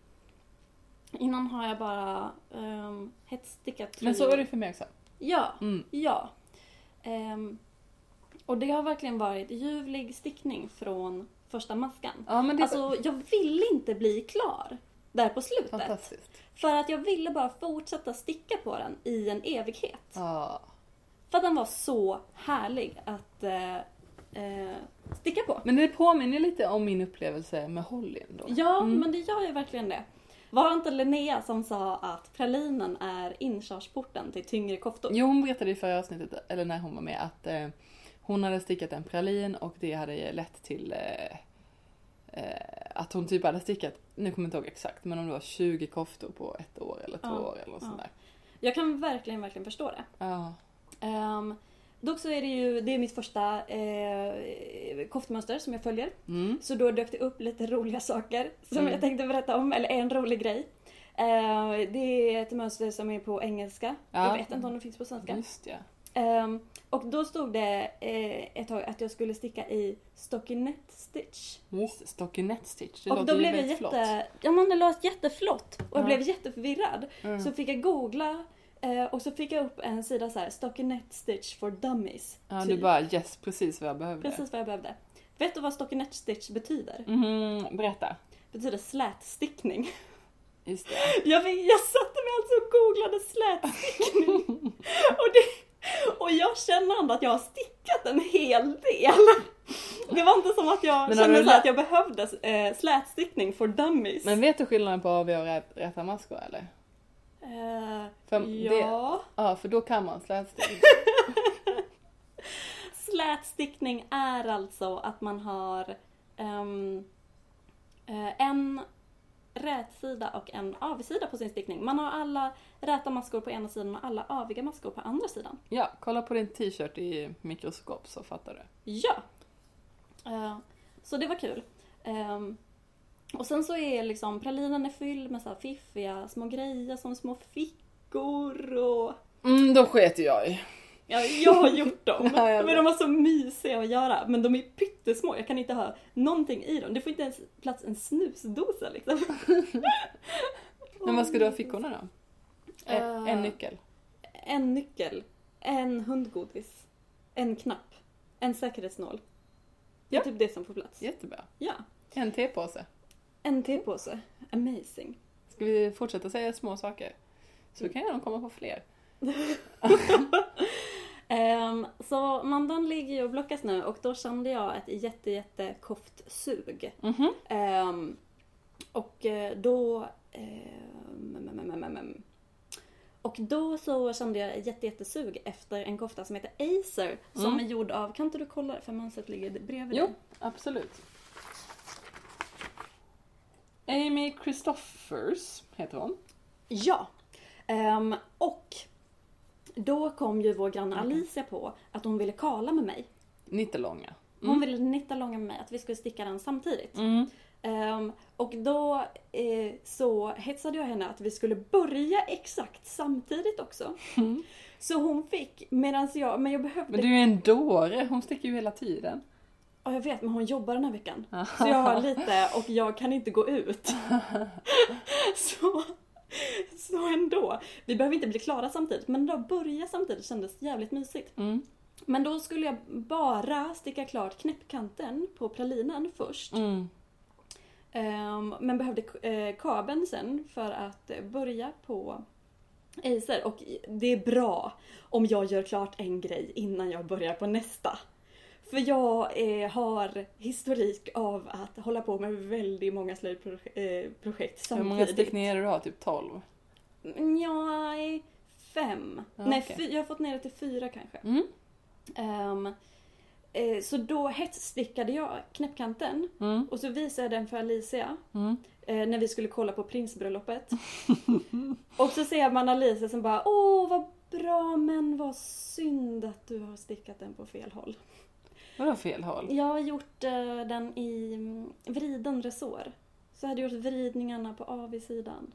Speaker 1: innan har jag bara um, hetstickat.
Speaker 2: Men så är det för mig också.
Speaker 1: Ja,
Speaker 2: Mm.
Speaker 1: ja. Um, och det har verkligen varit ljuvlig stickning från första maskan.
Speaker 2: Ja, men det är
Speaker 1: Alltså jag ville inte bli klar där på slutet.
Speaker 2: fantastiskt.
Speaker 1: För att jag ville bara fortsätta sticka på den i en evighet.
Speaker 2: Ja.
Speaker 1: För att den var så härlig att eh, eh, sticka på.
Speaker 2: Men det påminner lite om min upplevelse med Holly ändå.
Speaker 1: Ja,
Speaker 2: Mm.
Speaker 1: men det gör ju verkligen det. Var inte Linnea som sa att pralinen är inkörsporten till tyngre koftor?
Speaker 2: Jo, hon berättade i förra avsnittet, eller när hon var med, att eh, hon hade stickat en pralin och det hade lett till eh, eh, att hon typ hade stickat, nu kommer jag inte ihåg exakt, men om det var tjugo koftor på ett år eller två
Speaker 1: Ja,
Speaker 2: år eller något
Speaker 1: ja.
Speaker 2: sånt där.
Speaker 1: Jag kan verkligen, verkligen förstå det.
Speaker 2: Ja.
Speaker 1: Um, dock så är det ju, det är mitt första eh, koftmönster som jag följer.
Speaker 2: Mm.
Speaker 1: Så då dök det upp lite roliga saker som
Speaker 2: Mm.
Speaker 1: jag tänkte berätta om, eller en rolig grej. Uh, det är ett mönster som är på engelska.
Speaker 2: Ja.
Speaker 1: Jag vet inte om det finns på svenska.
Speaker 2: Just ja.
Speaker 1: Um, Och då stod det eh, ett tag att jag skulle sticka i stockinett stitch.
Speaker 2: Just stockinett stitch. Det
Speaker 1: och
Speaker 2: låter
Speaker 1: då blev
Speaker 2: ju
Speaker 1: jag
Speaker 2: väldigt
Speaker 1: jätte...
Speaker 2: flott.
Speaker 1: Ja, men det låt jätteflott. Och jag
Speaker 2: Ja.
Speaker 1: blev jätteförvirrad.
Speaker 2: Mm.
Speaker 1: Så fick jag googla. Eh, och så fick jag upp en sida så här. Stockinett stitch for dummies.
Speaker 2: Ja,
Speaker 1: typ.
Speaker 2: du bara yes, precis vad jag behövde.
Speaker 1: Precis vad jag behövde. Vet du vad stockinett stitch betyder?
Speaker 2: Mhm, berätta.
Speaker 1: Det betyder slätstickning.
Speaker 2: Just det.
Speaker 1: Jag, fick, jag satte mig alltså och googlade slätstickning. och, det, och jag känner ändå att jag har stickat en hel del. Det var inte som att jag
Speaker 2: Men har
Speaker 1: kände
Speaker 2: du
Speaker 1: så
Speaker 2: lä-
Speaker 1: att jag behövde eh, slätstickning for dummies.
Speaker 2: Men vet du skillnaden på A V och rä- räta maskor eller?
Speaker 1: Eh,
Speaker 2: För
Speaker 1: ja.
Speaker 2: Ja, för då kan man slätstick.
Speaker 1: Slätstickning är alltså att man har ehm, eh, en rätsida och en avigsida på sin stickning. Man har alla räta maskor på ena sidan och alla aviga maskor på andra sidan.
Speaker 2: Ja, kolla på din t-shirt i mikroskop så fattar du.
Speaker 1: Ja! Eh, så det var kul. Ehm, och sen så är liksom pralinen är fylld med så här fiffiga små grejer som små fickor och...
Speaker 2: Mm, då sket jag i.
Speaker 1: Ja, jag har gjort dem.
Speaker 2: Ja, jag
Speaker 1: men
Speaker 2: vet.
Speaker 1: de var så mysiga att göra. Men de är pyttesmå. Jag kan inte ha någonting i dem. Det får inte ens plats en snusdosa liksom.
Speaker 2: Men vad ska du ha i fickorna då? En,
Speaker 1: Eh,
Speaker 2: en nyckel.
Speaker 1: En nyckel. En hundgodis. En knapp. En säkerhetsnål. Det är
Speaker 2: Ja.
Speaker 1: typ det som får plats.
Speaker 2: Jättebra.
Speaker 1: Ja.
Speaker 2: En tepåse.
Speaker 1: En tepåse. Amazing.
Speaker 2: Ska vi fortsätta säga små saker? Så kan jag nog komma på fler.
Speaker 1: Ehm, så mandagen ligger ju och blockas nu och då kände jag ett jätte jätte koftsug.
Speaker 2: Mhm.
Speaker 1: Ehm, och eh, då ehm, mm, mm, mm, mm. och då så kände jag ett jätte jätte sug efter en kofta som heter Acer som
Speaker 2: Mm.
Speaker 1: är gjord av, kan inte du kolla för mönstret ligger bredvid
Speaker 2: Jo,
Speaker 1: dig?
Speaker 2: absolut. Amy Christoffers heter hon.
Speaker 1: Ja. Ehm, och då kom ju vår granne Alicia på att hon ville kala med mig.
Speaker 2: Nittelånga.
Speaker 1: Hon ville nitta långa med mig, att vi skulle sticka den samtidigt.
Speaker 2: Mm.
Speaker 1: Ehm, och då eh, så hetsade jag henne att vi skulle börja exakt samtidigt också.
Speaker 2: Mm.
Speaker 1: Så hon fick, medan jag, men jag behövde...
Speaker 2: Men du är ju en dåre, hon sticker ju hela tiden.
Speaker 1: Ja, jag vet, men hon jobbar den här veckan. Så jag har lite och jag kan inte gå ut. så, så ändå. Vi behöver inte bli klara samtidigt, men då börja samtidigt kändes jävligt mysigt.
Speaker 2: Mm.
Speaker 1: Men då skulle jag bara sticka klart knäppkanten på pralinen först.
Speaker 2: Mm.
Speaker 1: Ehm, men behövde eh, kabeln sen för att eh, börja på Acer. Och det är bra om jag gör klart en grej innan jag börjar på nästa. För jag eh, har historik av att hålla på med väldigt många slöjdprojekt eh, projekt
Speaker 2: Hur många
Speaker 1: samtidigt.
Speaker 2: stickningar du har? Typ tolv?
Speaker 1: Ja, fem.
Speaker 2: Ja,
Speaker 1: Nej,
Speaker 2: okej.
Speaker 1: fy, jag har fått ner det till fyra kanske.
Speaker 2: Mm.
Speaker 1: Ehm, eh, så då hetsstickade jag knäppkanten.
Speaker 2: Mm.
Speaker 1: Och så visade jag den för Alicia.
Speaker 2: Mm.
Speaker 1: Eh, när vi skulle kolla på prinsbröllopet. Och så ser man Alicia som bara, åh vad bra, men vad synd att du har stickat den på fel håll.
Speaker 2: Vadå fel håll?
Speaker 1: Jag har gjort eh, den i mm, vriden resår. Så jag hade gjort vridningarna på avsidan.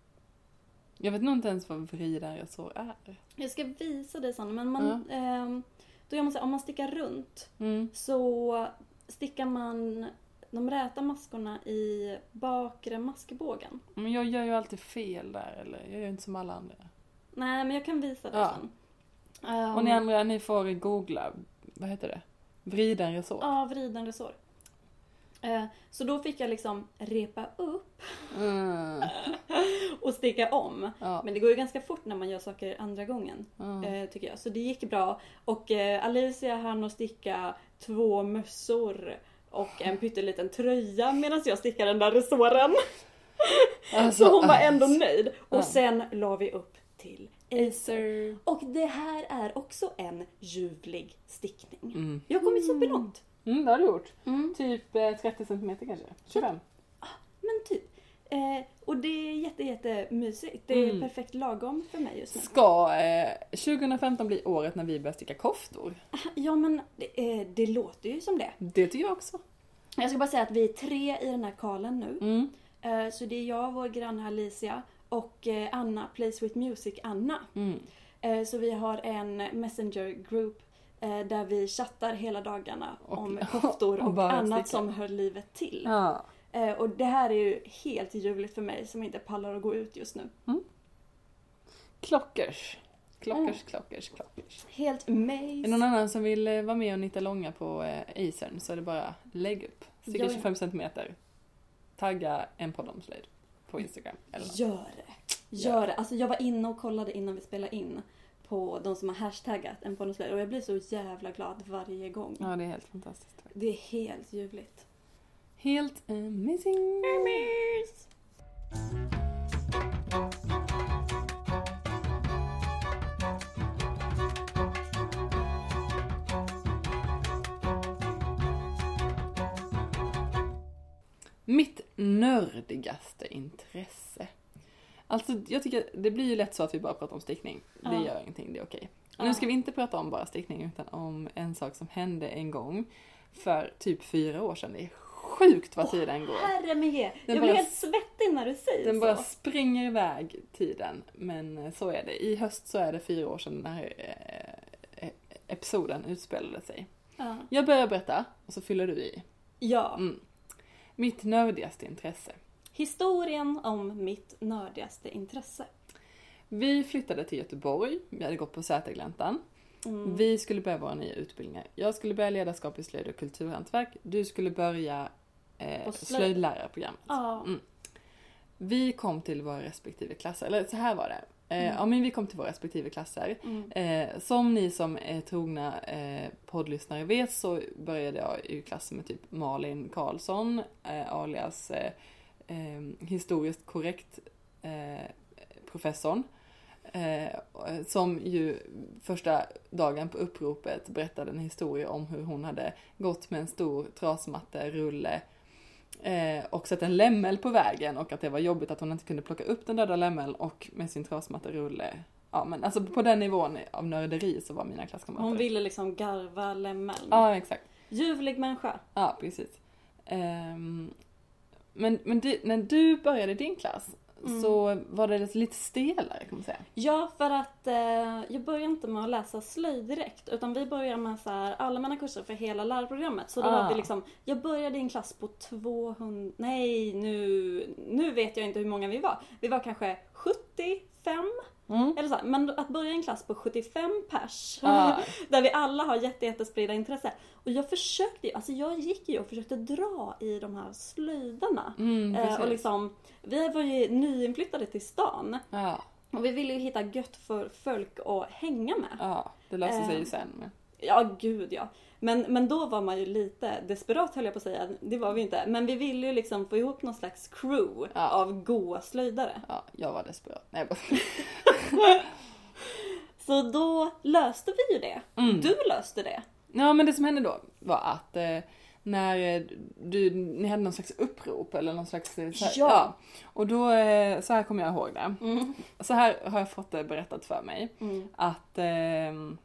Speaker 2: Jag vet nog inte ens vad vridare så är.
Speaker 1: Jag ska visa dig sen, men man, ehm, då gör man så här, om man stickar runt
Speaker 2: Mm.
Speaker 1: så stickar man de räta maskorna i bakre maskbågen.
Speaker 2: Men jag gör ju alltid fel där, eller? Jag gör inte som alla andra.
Speaker 1: Nej, men jag kan visa dig
Speaker 2: Ja.
Speaker 1: sen. Ehm,
Speaker 2: Och ni andra, ni får googla, vad heter det? Vriden resår.
Speaker 1: Ja, vriden resår. Eh, så då fick jag liksom repa upp
Speaker 2: Mm.
Speaker 1: och sticka om.
Speaker 2: Ja.
Speaker 1: Men det går ju ganska fort när man gör saker andra gången,
Speaker 2: Mm.
Speaker 1: eh, tycker jag. Så det gick bra. Och eh, Alicia hann att sticka två mössor och en pytteliten tröja medan jag stickade den där resåren.
Speaker 2: Alltså,
Speaker 1: Så hon var ändå nöjd. Och
Speaker 2: Ja.
Speaker 1: sen la vi upp till Acer.
Speaker 2: Acer.
Speaker 1: Och det här är också en ljuvlig stickning.
Speaker 2: Mm.
Speaker 1: Jag har kommit superlångt.
Speaker 2: Mm, det har du gjort.
Speaker 1: Mm.
Speaker 2: Typ eh, trettio centimeter kanske? tjugofem?
Speaker 1: Men typ. Eh, och det är jätte, jätte mysigt. Det är
Speaker 2: Mm.
Speaker 1: perfekt lagom för mig just nu.
Speaker 2: Ska eh, tjugohundrafemton bli året när vi börjar sticka koftor?
Speaker 1: Ja, men det, eh, det låter ju som det.
Speaker 2: Det tycker jag också.
Speaker 1: Jag ska bara säga att vi är tre i den här kalen nu.
Speaker 2: Mm.
Speaker 1: Eh, så det är jag, vår granne Alicia och eh, Anna, Place with Music Anna.
Speaker 2: Mm.
Speaker 1: Eh, så vi har en messenger group Eh, där vi chattar hela dagarna
Speaker 2: Och-
Speaker 1: om koftor
Speaker 2: och
Speaker 1: och,
Speaker 2: bara
Speaker 1: annat
Speaker 2: stickar.
Speaker 1: som hör livet till.
Speaker 2: Ja.
Speaker 1: Eh, och det här är ju helt ljuvligt för mig som inte pallar att gå ut just nu.
Speaker 2: Klockers. Klockers,
Speaker 1: Mm.
Speaker 2: klockers, klockers.
Speaker 1: Helt
Speaker 2: Är det någon
Speaker 1: amazing.
Speaker 2: annan som vill eh, vara med och nitta långa på eh, Acern så är det bara lägg upp. Sticka
Speaker 1: Jag-
Speaker 2: tjugofem centimeter. Tagga en podd om slöjd på Instagram. Eller något.
Speaker 1: Gör det. Gör det. Alltså jag var inne och kollade innan vi spelade in på de som har hashtaggat en pornoslöjd och jag blir så jävla glad varje gång.
Speaker 2: Ja, det är helt fantastiskt.
Speaker 1: Det är helt ljuvligt.
Speaker 2: Helt amazing. Mitt nördigaste intresse. Alltså jag tycker det blir ju lätt så att vi bara pratar om stickning. Det
Speaker 1: Ja.
Speaker 2: gör ingenting, det är okej.
Speaker 1: Ja.
Speaker 2: Nu ska vi inte prata om bara stickning utan om en sak som hände en gång för typ fyra år sedan. Det är sjukt vad tiden går.
Speaker 1: Herre med
Speaker 2: Den
Speaker 1: jag
Speaker 2: bara-
Speaker 1: blir helt svettig när du säger
Speaker 2: Den
Speaker 1: så.
Speaker 2: bara springer iväg tiden. Men så är det. I höst så är det fyra år sedan den här eh, episoden utspelade sig.
Speaker 1: Ja.
Speaker 2: Jag börjar berätta och så fyller du i.
Speaker 1: ja.
Speaker 2: Mm. Mitt nördigaste intresse.
Speaker 1: Historien om mitt nördigaste intresse.
Speaker 2: Vi flyttade till Göteborg. Vi hade gått på Sätergläntan.
Speaker 1: Mm.
Speaker 2: Vi skulle börja våra nya utbildningar. Jag skulle börja ledarskap i slöjd och kulturhantverk. Du skulle börja eh,
Speaker 1: På slöjd.
Speaker 2: slöjdlärarprogrammet.
Speaker 1: Ja.
Speaker 2: Mm. Vi kom till våra respektive klasser. Eller så här var det. Eh,
Speaker 1: Mm.
Speaker 2: Ja, men vi kom till våra respektive klasser.
Speaker 1: Mm.
Speaker 2: Eh, som ni som är trogna eh, poddlyssnare vet så började jag i klassen med typ Malin Karlsson. Eh, alias eh, eh, historiskt korrekt eh, professorn. Eh, som ju första dagen på uppropet berättade en historia om hur hon hade gått med en stor trasmatterulle eh, och sett en lämmel på vägen och att det var jobbigt att hon inte kunde plocka upp den döda lämmeln och med sin trasmatterulle. Ja, men alltså på den nivån av nörderi så var mina klasskamrater.
Speaker 1: Hon ville liksom garva lämmeln.
Speaker 2: Ja, exakt.
Speaker 1: Ljuvlig människa.
Speaker 2: Ja, precis. Ehm, men men det, när du började din klass
Speaker 1: Mm.
Speaker 2: så var det lite stelare kan man säga.
Speaker 1: Ja, för att eh, jag började inte med att läsa slöjd direkt. Utan vi började med så här allmänna kurser för hela lärarprogrammet. Så då
Speaker 2: Ah.
Speaker 1: var vi liksom, jag började i en klass på tvåhundra, nej nu, nu vet jag inte hur många vi var. Vi var kanske sjuttiofem.
Speaker 2: Mm.
Speaker 1: Eller så här, men att börja i en klass på sjuttiofem pers.
Speaker 2: Ah.
Speaker 1: Där vi alla har jätte, jättespridda intresse. Och jag försökte ju, alltså jag gick ju och försökte dra i de här slöjdarna.
Speaker 2: Mm,
Speaker 1: eh,
Speaker 2: precis.
Speaker 1: och liksom, vi var ju nyinflyttade till stan.
Speaker 2: Ja,
Speaker 1: Och vi ville ju hitta gött för folk att hänga med.
Speaker 2: ja, det löste sig ju
Speaker 1: Eh.
Speaker 2: sen. Men...
Speaker 1: Ja, gud ja. Men, men då var man ju lite desperat höll jag på att säga. Det var vi inte. Men vi ville ju liksom få ihop någon slags crew
Speaker 2: Ja.
Speaker 1: av goa slöjdare.
Speaker 2: Ja, jag var desperat. Nej, jag bara...
Speaker 1: Så då löste vi ju det.
Speaker 2: Mm.
Speaker 1: Du löste det.
Speaker 2: Ja, men det som hände då var att eh, när eh, du, ni hade någon slags upprop eller någon slags... eh, Så här,
Speaker 1: Ja.
Speaker 2: Och då, eh, så här kommer jag ihåg det.
Speaker 1: Mm.
Speaker 2: Så här har jag fått det berättat för mig.
Speaker 1: Mm.
Speaker 2: Att eh,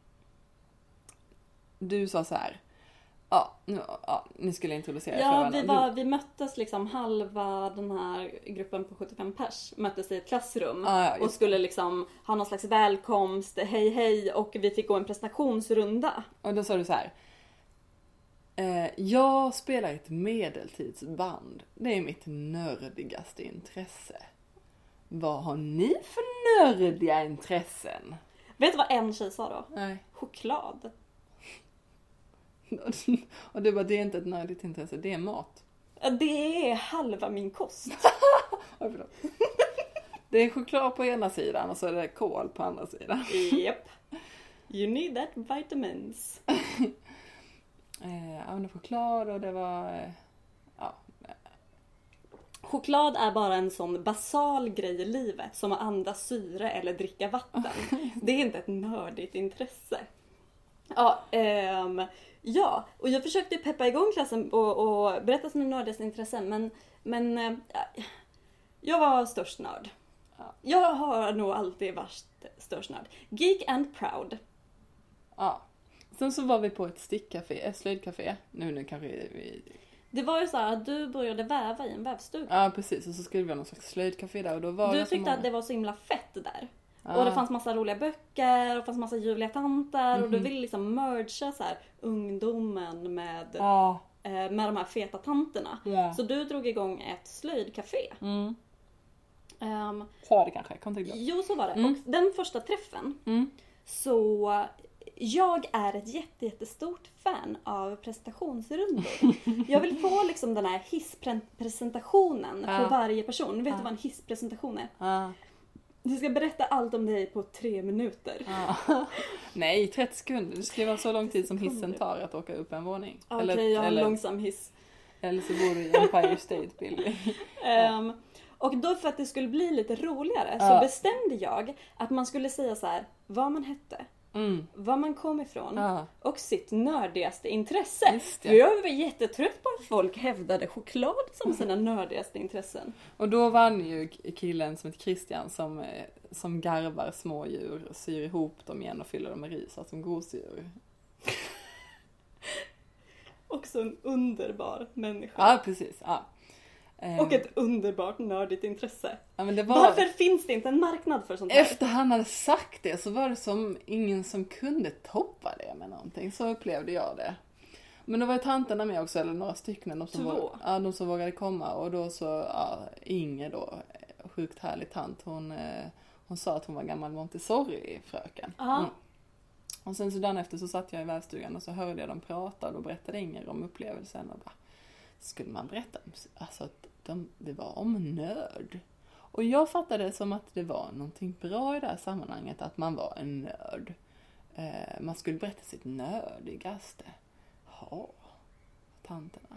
Speaker 2: du sa så här. Ja, nu, ja, ni skulle introducera er för
Speaker 1: Ja,
Speaker 2: varandra.
Speaker 1: vi, var, vi möttes liksom halva den här gruppen på sjuttiofem pers möttes i ett klassrum.
Speaker 2: Ja, ja,
Speaker 1: och
Speaker 2: just
Speaker 1: skulle liksom ha någon slags välkomst, hej hej, och vi fick gå en presentationsrunda.
Speaker 2: Du, och då sa du så här. Eh, jag spelar ett medeltidsband. Det är mitt nördigaste intresse. Vad har ni för nördiga intressen?
Speaker 1: Vet du vad en tjej sa då?
Speaker 2: Nej.
Speaker 1: Choklad.
Speaker 2: Och du bara, det är inte ett nördigt intresse, det är mat.
Speaker 1: Ja, det är halva min kost.
Speaker 2: Oj, förlåt. Det är choklad på ena sidan och så är det kål på andra sidan.
Speaker 1: Yep. You need that vitamins.
Speaker 2: Eh, jag använde choklad och det var... Eh, ja.
Speaker 1: Choklad är bara en sån basal grej i livet som att andas syre eller dricka vatten. Det är inte ett nördigt intresse. Ja, ehm, ja, och jag försökte peppa igång klassen och, och berätta sina nördigaste intressen, men, men eh, jag var störst nörd.
Speaker 2: Ja.
Speaker 1: Jag har nog alltid varit störst nörd. Geek and proud.
Speaker 2: Ja. Sen så var vi på ett stickcafé, ett slöjdcafé. Nu, nu kanske vi...
Speaker 1: Det var ju så här att du började väva i en vävstuga.
Speaker 2: Ja, precis. Och så skulle vi ha någon slags slöjdcafé där och då var
Speaker 1: Du
Speaker 2: det så
Speaker 1: tyckte
Speaker 2: många...
Speaker 1: att det var så himla fett där.
Speaker 2: Ah.
Speaker 1: Och det fanns massa roliga böcker och det fanns massa ljuvliga tanter.
Speaker 2: Mm-hmm.
Speaker 1: Och du ville liksom mergea så här ungdomen med,
Speaker 2: Ah.
Speaker 1: eh, med de här feta tanterna.
Speaker 2: Yeah.
Speaker 1: Så du drog igång ett slöjdcafé.
Speaker 2: Mm.
Speaker 1: Um,
Speaker 2: Så var det kanske, jag kommer inte ihåg.
Speaker 1: jo, så var det.
Speaker 2: Mm.
Speaker 1: Och den första träffen
Speaker 2: Mm.
Speaker 1: så... Jag är ett jätte, jättestort fan av presentationsrundor. Jag vill få liksom den här hisspresentationen
Speaker 2: Ja.
Speaker 1: på varje person. Vet
Speaker 2: Ja.
Speaker 1: du vad en hisspresentation är?
Speaker 2: Ah.
Speaker 1: Du ska berätta allt om dig på tre minuter.
Speaker 2: Ah. Nej, trettio sekunder. Det ska vara så lång tid som hissen tar att åka upp en våning.
Speaker 1: Okej, okay, jag har en långsam hiss.
Speaker 2: Eller så bor du i Empire State Building.
Speaker 1: um, och då för att det skulle bli lite roligare
Speaker 2: Ja.
Speaker 1: så bestämde jag att man skulle säga så här: vad man hette.
Speaker 2: Mm.
Speaker 1: Var man kom ifrån
Speaker 2: Ja.
Speaker 1: och sitt nördigaste intresse.
Speaker 2: Just det.
Speaker 1: För jag var jättetrött på att folk hävdade choklad som sina nördigaste intressen.
Speaker 2: Och då vann ju killen som heter Christian som, eh, som garvar små djur, syr ihop dem igen och fyller dem med ris, alltså som gosedjur.
Speaker 1: Också en underbar människa.
Speaker 2: Ja, precis. Ja. Ehm,
Speaker 1: Och ett underbart nördigt intresse.
Speaker 2: ja, men det var...
Speaker 1: Varför finns det inte en marknad för sånt här?
Speaker 2: Efter han hade sagt det så var det som ingen som kunde toppa det med någonting. Så upplevde jag det. Men då var ju tanterna med också, eller några stycken. De som,
Speaker 1: Två.
Speaker 2: våg, ja, de som vågade komma. Och då så, ja, Inge då, sjukt härlig tant, hon, eh, hon sa att hon var gammal Montessori-fröken.
Speaker 1: Ja.
Speaker 2: Mm. Och sen så dagen efter så satt jag i vävstugan och så hörde jag dem prata och då berättade Inger om upplevelsen och bara, skulle man berätta om, alltså att de, det var om nörd. Och jag fattade det som att det var någonting bra i det här sammanhanget, att man var en nörd. Eh, man skulle berätta sitt nördigaste. Ja, tanterna.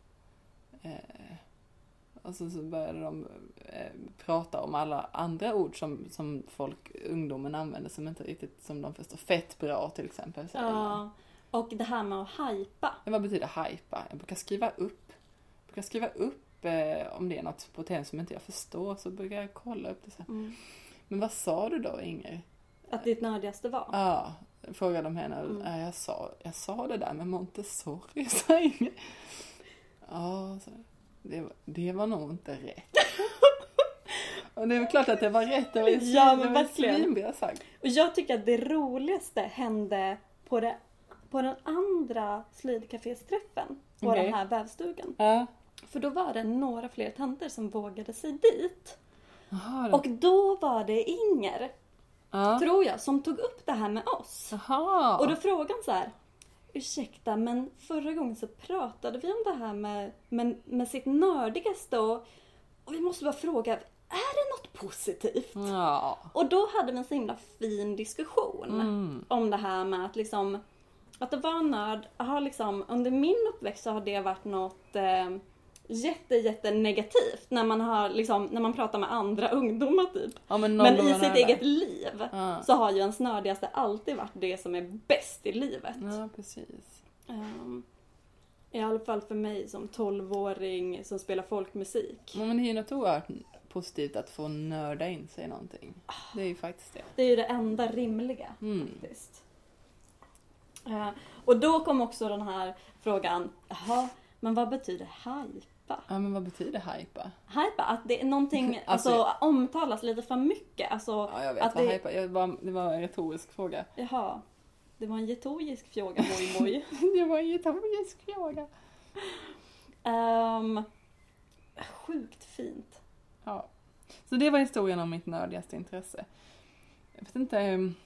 Speaker 2: Eh, och så, så började de eh, prata om alla andra ord som, som folk, ungdomen använder som inte riktigt, som de förstår. Fett bra till exempel. Säger man.
Speaker 1: Ja, och det här med att hypa.
Speaker 2: Men vad betyder hypa? Jag brukar skriva upp. Jag brukar skriva upp eh, om det är något på tv som inte jag förstår, så brukar jag kolla upp det sen.
Speaker 1: Mm.
Speaker 2: Men vad sa du då, Inger?
Speaker 1: Att ditt nördigaste var.
Speaker 2: Ja, frågade de henne.
Speaker 1: Mm.
Speaker 2: Ja, jag, sa, jag sa det där med Montessori, sa Inger. Ja, så, det, var- det var nog inte rätt. Och det är väl klart att det var rätt. Det var ju
Speaker 1: Ja, men
Speaker 2: det var
Speaker 1: verkligen.
Speaker 2: svinbra sagt.
Speaker 1: Och jag tycker att det roligaste hände på, det, på den andra slöjdcafésträffen. På
Speaker 2: Okej.
Speaker 1: den här vävstugan.
Speaker 2: Ja.
Speaker 1: För då var det några fler tanter som vågade sig dit.
Speaker 2: Jaha,
Speaker 1: Och då var det Inger,
Speaker 2: ja.
Speaker 1: tror jag, som tog upp det här med oss.
Speaker 2: Jaha.
Speaker 1: Och då frågade han så här: ursäkta, men förra gången så pratade vi om det här med, med, med sitt nördigaste och, och vi måste bara fråga, är det något positivt?
Speaker 2: Ja.
Speaker 1: Och då hade vi en så himla fin diskussion
Speaker 2: Mm.
Speaker 1: om det här med att liksom, att det var nörd, har liksom, under min uppväxt så har det varit något eh, jätte, jätte negativt när man har liksom, när man pratar med andra ungdomar typ.
Speaker 2: Ja, men
Speaker 1: Men
Speaker 2: nollorna
Speaker 1: i sitt
Speaker 2: där.
Speaker 1: eget liv
Speaker 2: Ja.
Speaker 1: så har ju ens nördigaste alltid varit det som är bäst i livet.
Speaker 2: Ja, precis.
Speaker 1: Um, I alla fall för mig som tolvåring som spelar folkmusik.
Speaker 2: Ja, men det är ju något oerhört positivt att få nörda in sig i någonting. Det är ju faktiskt det.
Speaker 1: Det är ju det enda rimliga
Speaker 2: Mm.
Speaker 1: faktiskt. Uh, och då kom också den här frågan, jaha, men vad betyder hypa?
Speaker 2: Ja, men vad betyder hypa?
Speaker 1: Hypa, att det är någonting, alltså,
Speaker 2: Alltså-
Speaker 1: omtalas lite för mycket. Alltså,
Speaker 2: Ja, jag vet
Speaker 1: att
Speaker 2: vad
Speaker 1: det,
Speaker 2: hypa. Jag bara, det var en retorisk fråga.
Speaker 1: Jaha, det var en getorisk fråga, moj moj.
Speaker 2: Det var en retorisk fråga.
Speaker 1: um, sjukt fint.
Speaker 2: Ja. Så det var historien om mitt nördigaste intresse. Jag vet inte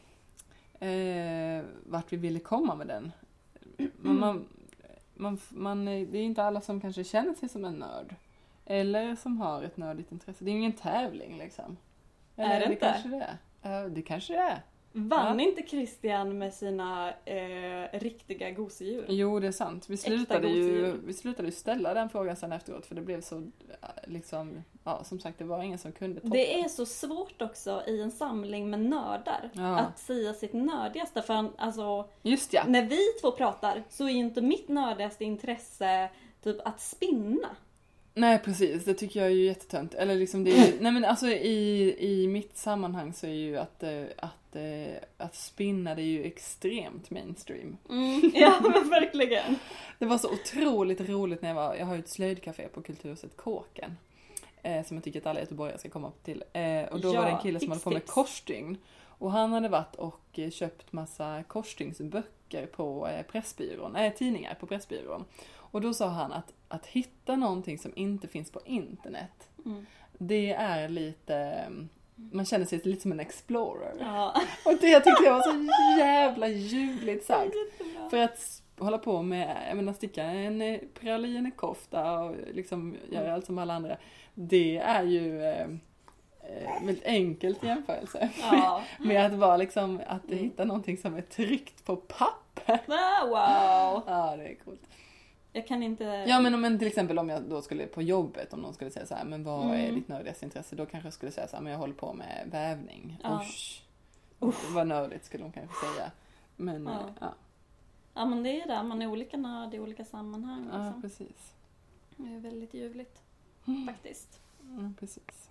Speaker 2: eh, vart vi ville komma med den. Men man, man, man, det är inte alla som kanske känner sig som en nörd. Eller som har ett nördigt intresse. Det är ju ingen tävling liksom. Eller
Speaker 1: Är det inte?
Speaker 2: Kanske det är. Ja, det kanske det är.
Speaker 1: Vann
Speaker 2: Ja.
Speaker 1: inte Christian med sina eh, riktiga gosedjur?
Speaker 2: Jo, det är sant. Vi
Speaker 1: Äkta
Speaker 2: slutade ju
Speaker 1: gosedjur.
Speaker 2: vi slutade ju ställa den frågan sen efteråt, för det blev så liksom, ja, som sagt, det var ingen som kunde toppa.
Speaker 1: Det är så svårt också i en samling med nördar
Speaker 2: Ja.
Speaker 1: att säga sitt nördigaste. För alltså,
Speaker 2: Just ja.
Speaker 1: när vi två pratar så är ju inte mitt nördigaste intresse typ att spinna.
Speaker 2: Nej, precis. Det tycker jag är ju jättetönt. Eller liksom det är ju, nej men alltså i, i mitt sammanhang så är ju att, eh, att, eh, att spinna, det är ju extremt mainstream.
Speaker 1: Mm, ja, men verkligen.
Speaker 2: Det var så otroligt roligt när jag var, jag har ju ett slöjdcafé på Kulturhuset Kåken. Eh, som jag tycker att alla göteborgare ska komma till. Eh, och då
Speaker 1: Ja,
Speaker 2: var det en kille som
Speaker 1: tips,
Speaker 2: höll på med
Speaker 1: tips.
Speaker 2: korsstygn. Och han hade varit och eh, köpt massa korsstygnsböcker på eh, Pressbyrån, eh, tidningar på Pressbyrån. Och då sa han att, att hitta någonting som inte finns på internet,
Speaker 1: Mm.
Speaker 2: det är lite, man känner sig lite som en explorer.
Speaker 1: Ja.
Speaker 2: Och det tyckte jag var så jävla ljuvligt sagt.
Speaker 1: Jättebra.
Speaker 2: För att hålla på med, jag menar sticka en pralinekofta och liksom göra allt som alla andra, det är ju eh, väldigt enkelt i jämförelse.
Speaker 1: Ja.
Speaker 2: Med att vara liksom, att
Speaker 1: Mm.
Speaker 2: hitta någonting som är tryckt på papper.
Speaker 1: Ah, wow.
Speaker 2: Ja, det är coolt.
Speaker 1: Jag kan inte...
Speaker 2: Ja, men, men till exempel om jag då skulle på jobbet, om någon skulle säga så här, men vad är
Speaker 1: Mm.
Speaker 2: ditt nördigaste intresse? Då kanske jag skulle säga så här, men jag håller på med vävning.
Speaker 1: Ja.
Speaker 2: Usch. Vad nördigt skulle de kanske säga. Men
Speaker 1: Ja.
Speaker 2: ja, ja,
Speaker 1: Ja, men det är där, man är olika nörd i olika sammanhang.
Speaker 2: ja
Speaker 1: Liksom.
Speaker 2: precis.
Speaker 1: Det är väldigt ljuvligt, faktiskt.
Speaker 2: Ja, precis.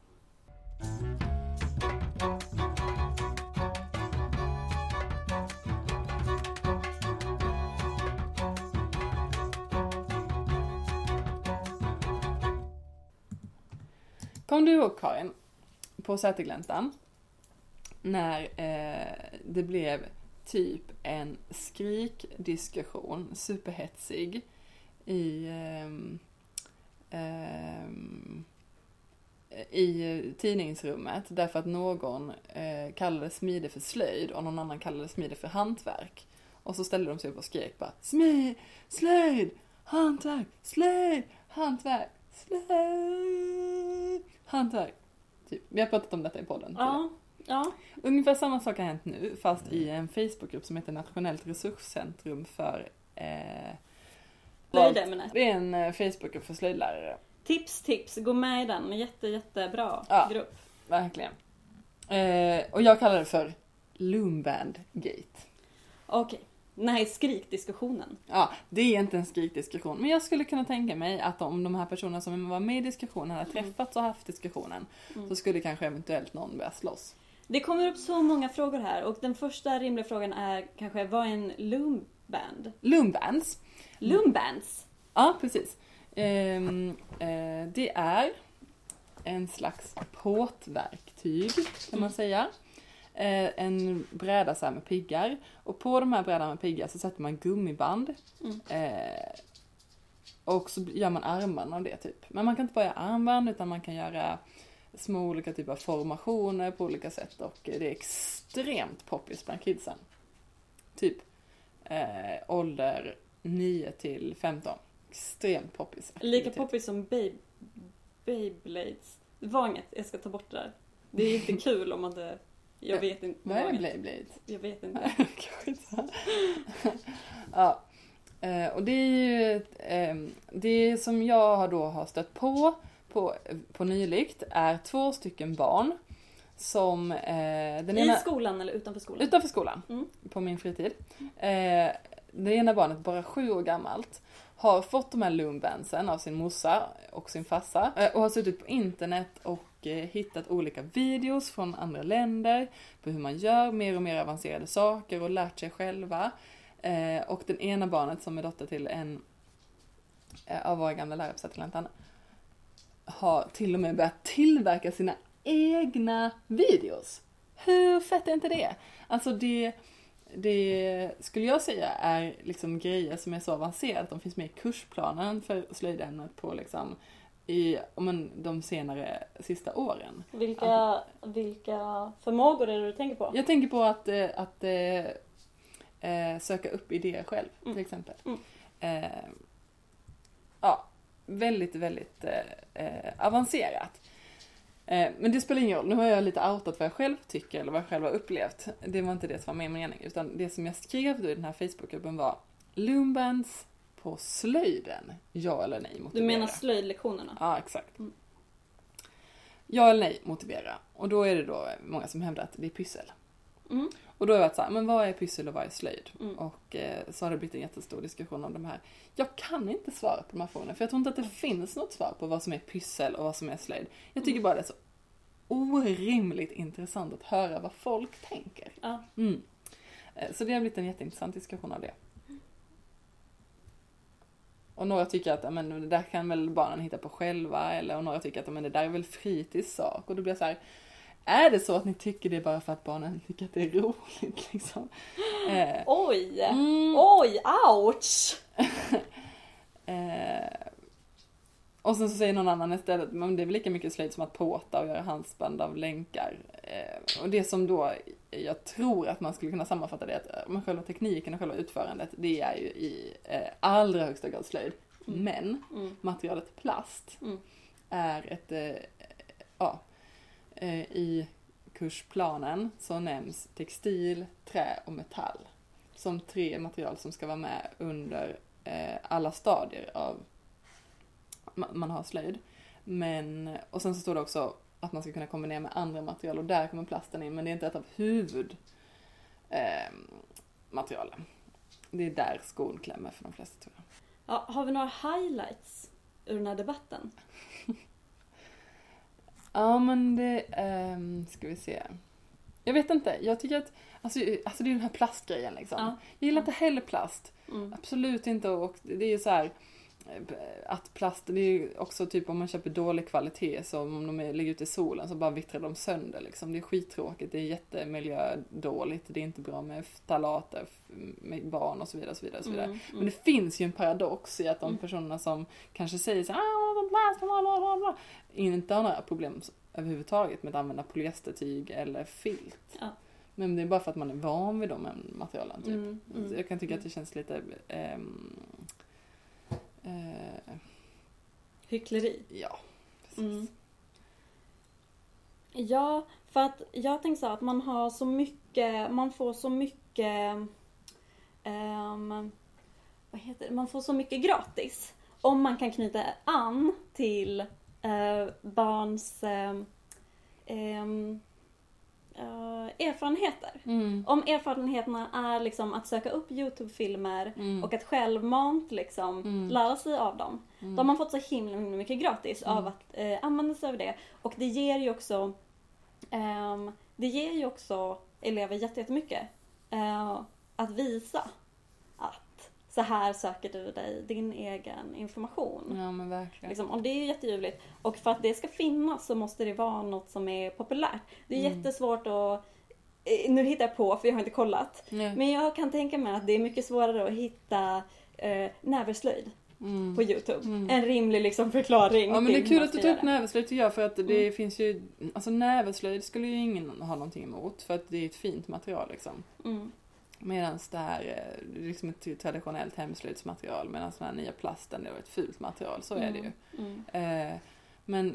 Speaker 2: Kom du ihåg, Karin, på Sätergläntan när eh, det blev typ en skrikdiskussion, superhetsig, i, ehm, ehm, i tidningsrummet därför att någon eh, kallade smide för slöjd och någon annan kallade smide för hantverk. Och så ställde de sig upp och skrek bara smid, slöjd, hantverk, slöjd, hantverk, slöjd, hantverk. Typ. Vi har pratat om detta i podden.
Speaker 1: Ja, ja.
Speaker 2: Ungefär samma sak har hänt nu, fast i en Facebookgrupp som heter Nationellt resurscentrum för eh,
Speaker 1: Slöjdämnet.
Speaker 2: det är en eh, Facebookgrupp för slöjdlärare.
Speaker 1: Tips, tips. Gå med i den. Jätte, jättebra
Speaker 2: Ja.
Speaker 1: grupp.
Speaker 2: Verkligen. Eh, och jag kallar det för Loomband-gate.
Speaker 1: Okej. Nej, skrikdiskussionen.
Speaker 2: Ja, det är inte en skrikdiskussion. Men jag skulle kunna tänka mig att om de här personerna som var med i diskussionen hade träffats och haft diskussionen,
Speaker 1: Mm.
Speaker 2: så skulle kanske eventuellt någon börja slåss.
Speaker 1: Det kommer upp så många frågor här. Och den första rimliga frågan är kanske, vad är en loomband?
Speaker 2: Loombands.
Speaker 1: Loombands?
Speaker 2: Ja, precis. Ehm, eh, det är en slags plåtverktyg, kan man säga. Eh, en bräda så här med piggar. Och på de här brädan med piggar så sätter man gummiband.
Speaker 1: Mm.
Speaker 2: Eh, och så gör man armarna av det typ. Men man kan inte bara göra armband, utan man kan göra små olika typer av formationer på olika sätt. Och det är extremt poppis bland kidsen. Typ eh, ålder nio till femton. Extremt poppis.
Speaker 1: Lika poppis som Bey- Beyblades. Det var inget, jag ska ta bort det där. Det är inte kul om man inte... Jag vet inte.
Speaker 2: Vad
Speaker 1: det
Speaker 2: är
Speaker 1: var inget.
Speaker 2: Beyblade?
Speaker 1: Jag vet inte.
Speaker 2: Ja. Eh, och det är ju eh, det som jag då har stött på på, på nyligt är två stycken barn som eh, den
Speaker 1: I
Speaker 2: ena,
Speaker 1: skolan eller utanför skolan?
Speaker 2: utanför skolan
Speaker 1: Mm.
Speaker 2: på min fritid. Eh, det ena barnet, bara sju år gammalt, har fått de här loombandsen av sin morsa och sin farsa eh, och har suttit på internet och eh, hittat olika videos från andra länder på hur man gör mer och mer avancerade saker och lärt sig själva. Eh, och den ena barnet, som är dotter till en eh, av våra gamla lärare på Sätergläntan, har till och med börjat tillverka sina egna videos. Hur fett är inte det? Alltså det, det skulle jag säga är liksom grejer som är så avancerade att de finns med i kursplanen för slöjdämnet på liksom i men, de senare sista åren.
Speaker 1: Vilka, vilka förmågor är det du tänker på?
Speaker 2: Jag tänker på att, eh, att eh, eh, söka upp idéer själv,
Speaker 1: Mm.
Speaker 2: till exempel.
Speaker 1: Mm.
Speaker 2: Eh, ja, väldigt, väldigt eh, eh, avancerat. Eh, men det spelar ingen roll. Nu har jag lite outat vad jag själv tycker eller vad jag själv har upplevt. Det var inte det som var min mening. Utan det som jag skrev då i den här Facebookgruppen var Loombands på slöjden. Ja eller nej, motivera.
Speaker 1: Du menar slöjdlektionerna?
Speaker 2: Ja, exakt.
Speaker 1: Mm.
Speaker 2: Ja eller nej, motivera. Och då är det då många som hävdar att det är pyssel.
Speaker 1: Mm.
Speaker 2: Och då har jag varit så här, men vad är pyssel och vad är slöjd?
Speaker 1: Mm.
Speaker 2: Och eh, så har det blivit en jättestor diskussion om de här. Jag kan inte svara på de här frågorna, för jag tror inte att det finns något svar på vad som är pyssel och vad som är slöjd. Jag tycker
Speaker 1: Mm.
Speaker 2: bara det är så orimligt intressant att höra vad folk tänker.
Speaker 1: Ja.
Speaker 2: Mm. Eh, så det har blivit en jätteintressant diskussion av det. Och några tycker att men, det där kan väl barnen hitta på själva. Eller, och några tycker att men, det där är väl fritidssak. Och då blir jag så här, är det så att ni tycker det bara för att barnen tycker att det är roligt? Liksom? Eh,
Speaker 1: Oj!
Speaker 2: Mm.
Speaker 1: Oj, ouch!
Speaker 2: eh, och sen så säger någon annan istället, men det är väl lika mycket slöjd som att påta och göra halsband av länkar. Eh, och det som då, jag tror att man skulle kunna sammanfatta det, att men själva tekniken och själva utförandet, det är ju i eh, allra högsta grad slöjd. Mm. Men
Speaker 1: mm.
Speaker 2: materialet plast
Speaker 1: mm.
Speaker 2: är ett, eh, ja, eh, i kursplanen så nämns textil, trä och metall som tre material som ska vara med under eh, alla stadier av man har slöjd. Men, och sen så står det också att man ska kunna kombinera med andra material och där kommer plasten in, men det är inte ett av huvudmaterialen. Eh, det är där skon klämmer för de flesta, tror jag.
Speaker 1: Ja, har vi några highlights ur den här debatten?
Speaker 2: Ja, men det um, ska vi se. Jag vet inte, jag tycker att alltså, alltså det är den här plastgrejen liksom.
Speaker 1: Ja.
Speaker 2: Jag gillar inte heller plast.
Speaker 1: Mm.
Speaker 2: Absolut inte, och det är ju så här att plast, det är ju också typ om man köper dålig kvalitet, så om de ligger ute i solen så bara vittrar de sönder liksom. Det är skittråkigt, det är jättemiljödåligt, det är inte bra med ftalater med barn och så vidare och så vidare, och så vidare. Mm, mm. Men det finns ju en paradox i att de mm. personerna som kanske säger så här, inte har några problem överhuvudtaget med att använda polyestertyg eller filt.
Speaker 1: Ja.
Speaker 2: Men det är bara för att man är van vid de materialen typ.
Speaker 1: Mm, mm,
Speaker 2: jag kan tycka
Speaker 1: mm.
Speaker 2: att det känns lite ähm, Uh,
Speaker 1: hyckleri.
Speaker 2: Ja, precis.
Speaker 1: Mm. Ja, för att jag tänker så att man har så mycket, man får så mycket um, vad heter det? Man får så mycket gratis om man kan knyta an till uh, barns uh, um, Uh, erfarenheter.
Speaker 2: Mm.
Speaker 1: Om erfarenheterna är liksom att söka upp YouTube-filmer mm. och att självmant liksom mm. lära sig av dem. Mm. Då har man fått så himla mycket gratis mm. av att uh, använda sig av det. Och det ger ju också um, det ger ju också elever jättemycket uh, att visa att så här söker du dig din egen information.
Speaker 2: Ja, men verkligen.
Speaker 1: Liksom, och det är ju jätteljuvligt. Och för att det ska finnas så måste det vara något som är populärt. Det är mm. jättesvårt att... Nu hittar jag på, för jag har inte kollat. Mm. Men jag kan tänka mig att det är mycket svårare att hitta eh, näverslöjd mm. på YouTube. Mm. En rimlig liksom, förklaring.
Speaker 2: Ja, men det är kul att du tar upp näverslöjd tycker jag. För att det
Speaker 1: mm.
Speaker 2: finns ju... Alltså näverslöjd skulle ju ingen ha någonting emot. För att det är ett fint material liksom. Mm. Medan det här är liksom ett traditionellt hemslöjdsmaterial, medan den här nya plasten det är ett fult material, så är mm. det ju. Mm. Eh, men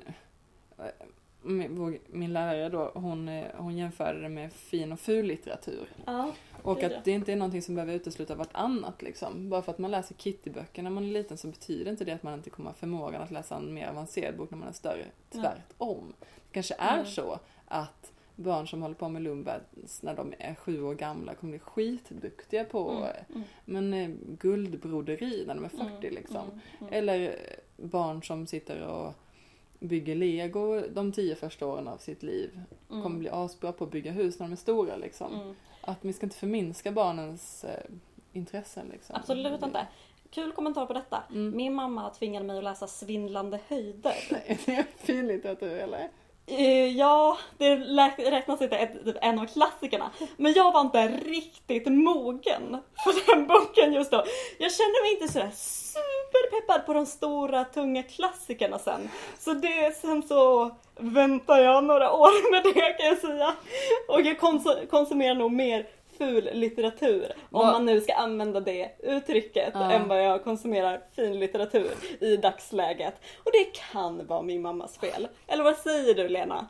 Speaker 2: min, min lärare då, hon, hon jämförde det med fin och ful litteratur.
Speaker 1: Ja,
Speaker 2: och att det inte är någonting som behöver utesluta vartannat liksom. Bara för att man läser Kitty-böcker när man är liten så betyder inte det att man inte kommer ha förmågan att läsa en mer avancerad bok när man är större. Tvärtom. Det kanske är mm. så att barn som håller på med Lumberts när de är sju år gamla kommer bli skitduktiga på mm, mm. men eh, guldbroderi när de är fyrtio mm, liksom. Mm, mm. Eller barn som sitter och bygger Lego de tio första åren av sitt liv mm. kommer bli asbra på att bygga hus när de är stora liksom. Mm. Att vi ska inte förminska barnens eh, intressen liksom.
Speaker 1: Absolut inte. Kul kommentar på detta. Mm. Min mamma tvingade mig att läsa Svindlande höjder.
Speaker 2: Är det fin litteratur eller?
Speaker 1: Ja, det räknas inte typ en av klassikerna. Men jag var inte riktigt mogen för den boken just då. Jag kände mig inte sådär superpeppad på de stora, tunga klassikerna sen. Så det, sen så väntar jag några år med det kan jag säga. Och jag kons- konsumerar nog mer ful litteratur, om Va? man nu ska använda det uttrycket, ja. än vad jag konsumerar fin litteratur i dagsläget. Och det kan vara min mammas fel. Eller vad säger du, Lena?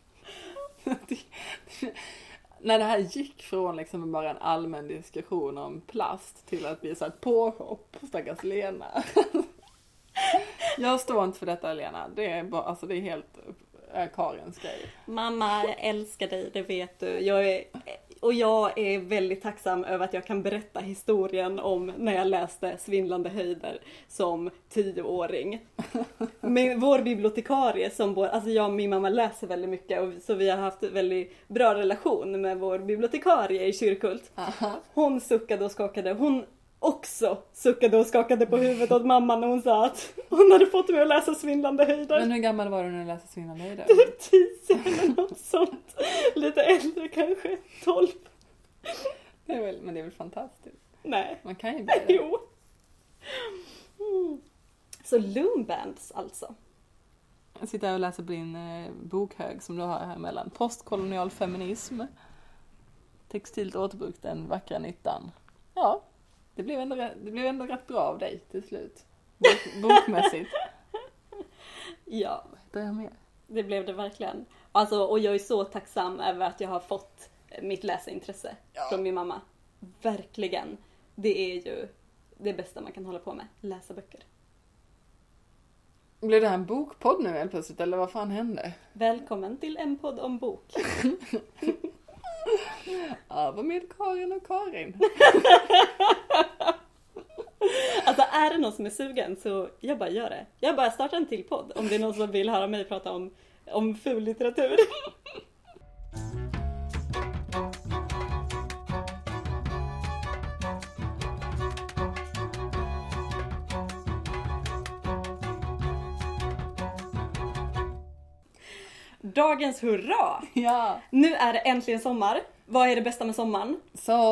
Speaker 2: När det här gick från liksom bara en allmän diskussion om plast till att bli så här påhopp, stackars Lena. Jag står inte för detta, Lena. Det är, bara, alltså, det är helt äh, Karins grej.
Speaker 1: Mamma, jag älskar dig, det vet du. Jag är... Och jag är väldigt tacksam över att jag kan berätta historien om när jag läste Svindlande höjder som tioåring. Med vår bibliotekarie som vår, alltså jag och min mamma läser väldigt mycket och så vi har haft väldigt bra relation med vår bibliotekarie i Kyrkult. Hon suckade och skakade. Hon också suckade och skakade på huvudet åt mamman när hon sa att hon hade fått mig att läsa Svindlande höjder.
Speaker 2: Men hur gammal var du när du läste Svindlande höjder?
Speaker 1: Typ tio eller något sånt. Lite äldre kanske, tolv.
Speaker 2: Det är väl, men det är väl fantastiskt.
Speaker 1: Nej.
Speaker 2: Man kan ju bli det.
Speaker 1: Jo. Mm. Så Loombands alltså.
Speaker 2: Jag sitter här och läser på din eh, bokhög som du har här mellan. Postkolonial feminism. Textilt återbruk, den vackra nyttan. Ja, det blev ändå, det blev ändå rätt bra av dig till slut. Bok, bokmässigt.
Speaker 1: Ja.
Speaker 2: Vad heter jag mer?
Speaker 1: Det blev det verkligen. Alltså, och jag är så tacksam över att jag har fått mitt läsarintresse
Speaker 2: Ja.
Speaker 1: från min mamma. Verkligen. Det är ju det bästa man kan hålla på med. Läsa böcker.
Speaker 2: Blev det här en bokpodd nu helt plötsligt, eller vad fan hände?
Speaker 1: Välkommen till en podd om bok.
Speaker 2: Ja, vad med Karin och Karin?
Speaker 1: Alltså är det någon som är sugen så jag bara gör det. Jag bara startar en till podd om det är någon som vill höra mig prata om, om ful litteratur. Dagens hurra!
Speaker 2: Ja.
Speaker 1: Nu är det äntligen sommar. Vad är det bästa med sommaren?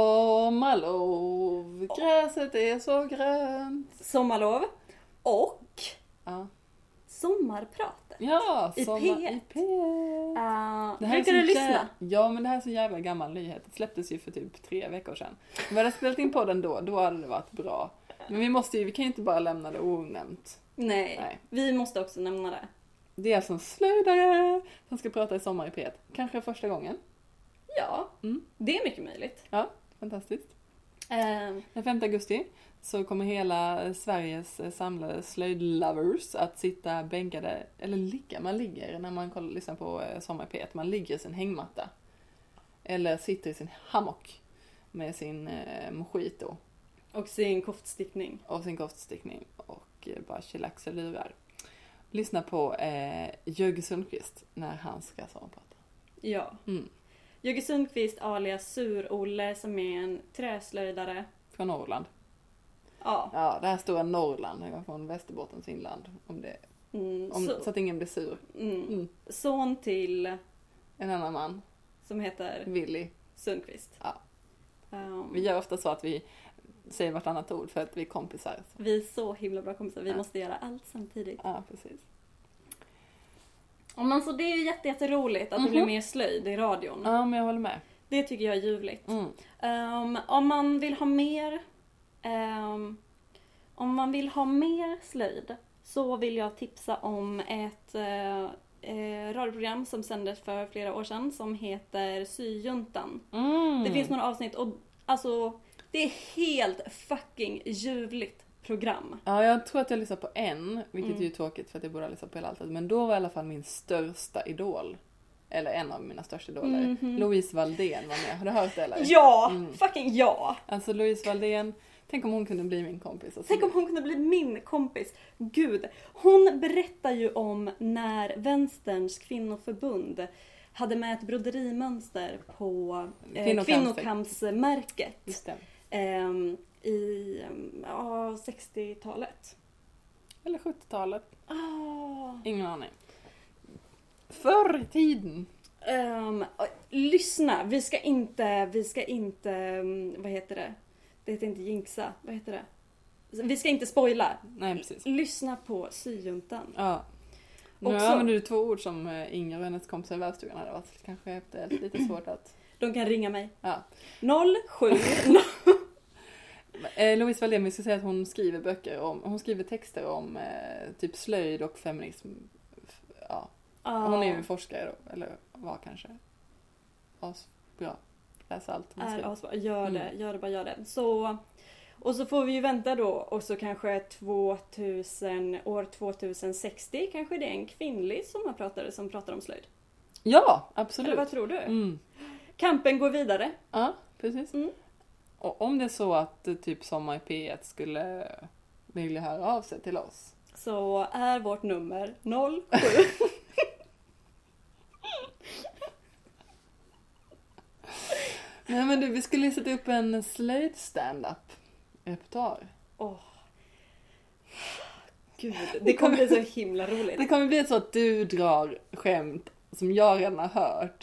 Speaker 2: Sommarlov, gräset är så grönt.
Speaker 1: Sommarlov och
Speaker 2: Ja,
Speaker 1: sommarpratet.
Speaker 2: ja
Speaker 1: I
Speaker 2: sommar,
Speaker 1: P ett.
Speaker 2: I P ett.
Speaker 1: Uh,
Speaker 2: Det här är
Speaker 1: brukar
Speaker 2: så
Speaker 1: du
Speaker 2: jä-
Speaker 1: lyssna?
Speaker 2: Ja, men det här är så jävla gammal nyhet. Det släpptes ju för typ tre veckor sedan. Om vi hade spelat in podden då, då hade det varit bra. Men vi måste ju, vi kan ju inte bara lämna det onämnt.
Speaker 1: Nej,
Speaker 2: Nej.
Speaker 1: vi måste också nämna det.
Speaker 2: Det är alltså en slöjdare som ska prata i sommar i P ett. Kanske första gången.
Speaker 1: Ja,
Speaker 2: Mm.
Speaker 1: det är mycket möjligt.
Speaker 2: Ja, fantastiskt.
Speaker 1: Uh,
Speaker 2: Den femte augusti så kommer hela Sveriges samlade slöjdlovers att sitta bänkade, eller ligga, man ligger när man kollar, lyssnar på Sommar i P ett, man ligger i sin hängmatta. Eller sitter i sin hammock med sin eh, mojito
Speaker 1: och sin koftstickning.
Speaker 2: och sin koftstickning och eh, bara chillaxa lurar. Lyssna på eh, Jögge Sundqvist när han ska sommarprata.
Speaker 1: Ja.
Speaker 2: Mm.
Speaker 1: Jögge Sundqvist alias Sur-Olle som är en träslöjdare.
Speaker 2: Från Norrland.
Speaker 1: Ja.
Speaker 2: Ja, det här stora Norrland, jag var från Västerbottens inland. Om det,
Speaker 1: Mm,
Speaker 2: om,
Speaker 1: så,
Speaker 2: så att ingen blir sur.
Speaker 1: mm.
Speaker 2: Mm.
Speaker 1: Son till
Speaker 2: En annan man,
Speaker 1: som heter
Speaker 2: Willy.
Speaker 1: Sundqvist.
Speaker 2: Ja.
Speaker 1: Um,
Speaker 2: Vi gör ofta så att vi säger vartannat ord för att vi är kompisar.
Speaker 1: vi är så himla bra kompisar. Vi
Speaker 2: Ja.
Speaker 1: måste göra allt samtidigt.
Speaker 2: Ja, precis.
Speaker 1: Och men så det är ju jätte, jätteroligt att
Speaker 2: Mhm.
Speaker 1: det blir mer slöjd i radion.
Speaker 2: Ja, men jag håller med.
Speaker 1: Det tycker jag är ljuvligt.
Speaker 2: Mm.
Speaker 1: Um, om man vill ha mer um, om man vill ha mer slöjd så vill jag tipsa om ett uh, uh, radioprogram som sändes för flera år sedan som heter Syjuntan.
Speaker 2: Mm.
Speaker 1: Det finns några avsnitt och alltså det är helt fucking ljuvligt program.
Speaker 2: Ja, jag tror att jag lyssnade på en, vilket
Speaker 1: Mm.
Speaker 2: är ju tråkigt för att jag borde ha lyssnat på hela alltid. Men då var i alla fall min största idol, eller en av mina största idoler,
Speaker 1: Mhm.
Speaker 2: Louise Valdén var med. Har du hört det eller?
Speaker 1: Ja,
Speaker 2: Mm.
Speaker 1: fucking ja!
Speaker 2: Alltså Louise Valdén, tänk om hon kunde bli min kompis. Alltså,
Speaker 1: Tänk om hon kunde bli min kompis. Gud, hon berättar ju om när Vänsterns kvinnoförbund hade med ett broderimönster på eh,
Speaker 2: Kvinnokamps-
Speaker 1: kvinnokampsmärket
Speaker 2: Just det.
Speaker 1: ehm, i ehm, ja, sextiotalet.
Speaker 2: Eller sjuttiotalet.
Speaker 1: Ah.
Speaker 2: Ingen aning. Förr i tiden.
Speaker 1: Ehm, lyssna, vi ska inte, vi ska inte, um, vad heter det? Det heter inte jinxa, vad heter det? Vi ska inte spoila.
Speaker 2: Nej, precis.
Speaker 1: Lyssna på Syjuntan.
Speaker 2: Ja. Nu
Speaker 1: Också-
Speaker 2: använder du två ord som eh, Inger och hennes kompisar i vävstugan hade varit kanske efter lite svårt att...
Speaker 1: De kan ringa mig.
Speaker 2: Ja.
Speaker 1: noll sju
Speaker 2: Eh, Louise Valdén, vi ska säga att hon skriver böcker om, hon skriver texter om eh, typ slöjd och feminism. F- Ja. Hon är ju en forskare då, eller var kanske. Asbra. Läsa allt hon
Speaker 1: är
Speaker 2: skriver.
Speaker 1: asbra. Gör det,
Speaker 2: Mm.
Speaker 1: gör det, bara gör det. Så, och så får vi ju vänta då och så kanske tvåtusen, år tjugohundrasextio kanske det är en kvinnlig sommarpratare som pratar om slöjd.
Speaker 2: Ja,
Speaker 1: Eller
Speaker 2: absolut.
Speaker 1: vad tror du?
Speaker 2: Mm.
Speaker 1: Kampen går vidare.
Speaker 2: Ja, precis.
Speaker 1: Mm.
Speaker 2: Och om det är så att eh, typ Sommar i P ett skulle vilja höra av sig till oss.
Speaker 1: Så är vårt nummer noll sju
Speaker 2: Nej men du, vi skulle sätta upp en slöjd stand-up repertoar.
Speaker 1: Åh. Gud, det kommer bli så himla roligt.
Speaker 2: Det kommer bli så att du drar skämt som jag redan har hört.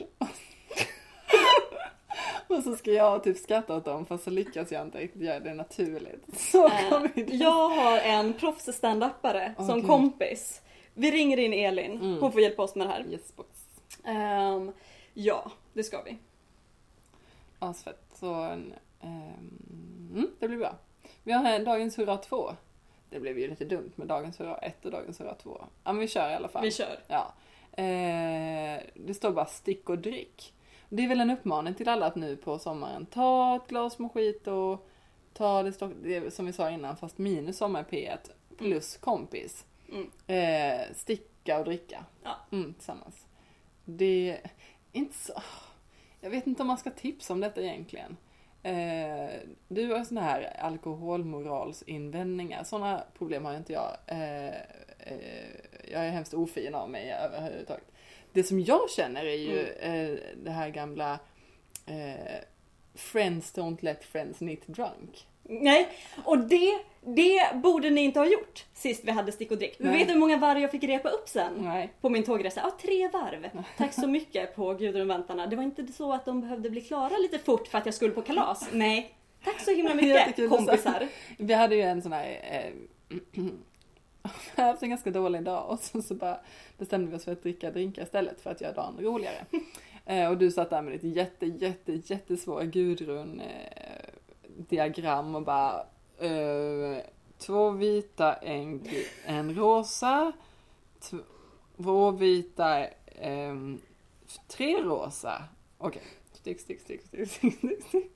Speaker 2: Och så ska jag typ skratta åt dem, fast så lyckas jag inte riktigt göra det naturligt. Så kommer det.
Speaker 1: Uh, jag har en proffs-standupare
Speaker 2: oh,
Speaker 1: som
Speaker 2: Gud. kompis.
Speaker 1: Vi ringer in Elin.
Speaker 2: Mm.
Speaker 1: Hon får hjälpa oss med det här.
Speaker 2: Yes, box.
Speaker 1: Um, ja, det ska vi.
Speaker 2: Asfett. Så um, mm, det blir bra. Vi har här dagens hurra två. Det blev ju lite dumt med dagens hurra ett och dagens hurra två. Ja, men vi kör i alla fall.
Speaker 1: Vi kör.
Speaker 2: Ja. Eh, det står bara stick och drick. Det är väl en uppmaning till alla att nu på sommaren ta ett glas med skit och ta det, stock, det som vi sa innan, fast minus sommar P ett plus kompis.
Speaker 1: Mm.
Speaker 2: Eh, sticka och dricka.
Speaker 1: Ja.
Speaker 2: Mm, tillsammans. Det är inte så... Jag vet inte om man ska tipsa om detta egentligen. Eh, du har såna här alkoholmoralsinvändningar. Såna problem har inte jag. Eh, eh, jag är hemskt ofin av mig överhuvudtaget. Det som jag känner är ju mm. eh, det här gamla eh, friends don't let friends get drunk.
Speaker 1: Nej, och det, det borde ni inte ha gjort sist vi hade stick och drick. Du vet hur många varv jag fick repa upp sen?
Speaker 2: Nej.
Speaker 1: På min tågresa. Ja, tre varv. Tack så mycket på Gudrun Väntarna. Det var inte så att de behövde bli klara lite fort för att jag skulle på kalas. Nej, tack så himla mycket kompisar.
Speaker 2: Vi hade ju en sån här... Eh, jag har haft en ganska dålig dag och så, så bara bestämde vi oss för att dricka drinkar istället för att göra dagen roligare. Eh, och du satt där med ditt jätte, jätte, jättesvåra Gudrun eh, diagram och bara eh, två vita, en, en rosa, två vita, eh, tre rosa. Okej, okay. stick, stick, stick, stick, stick, stick.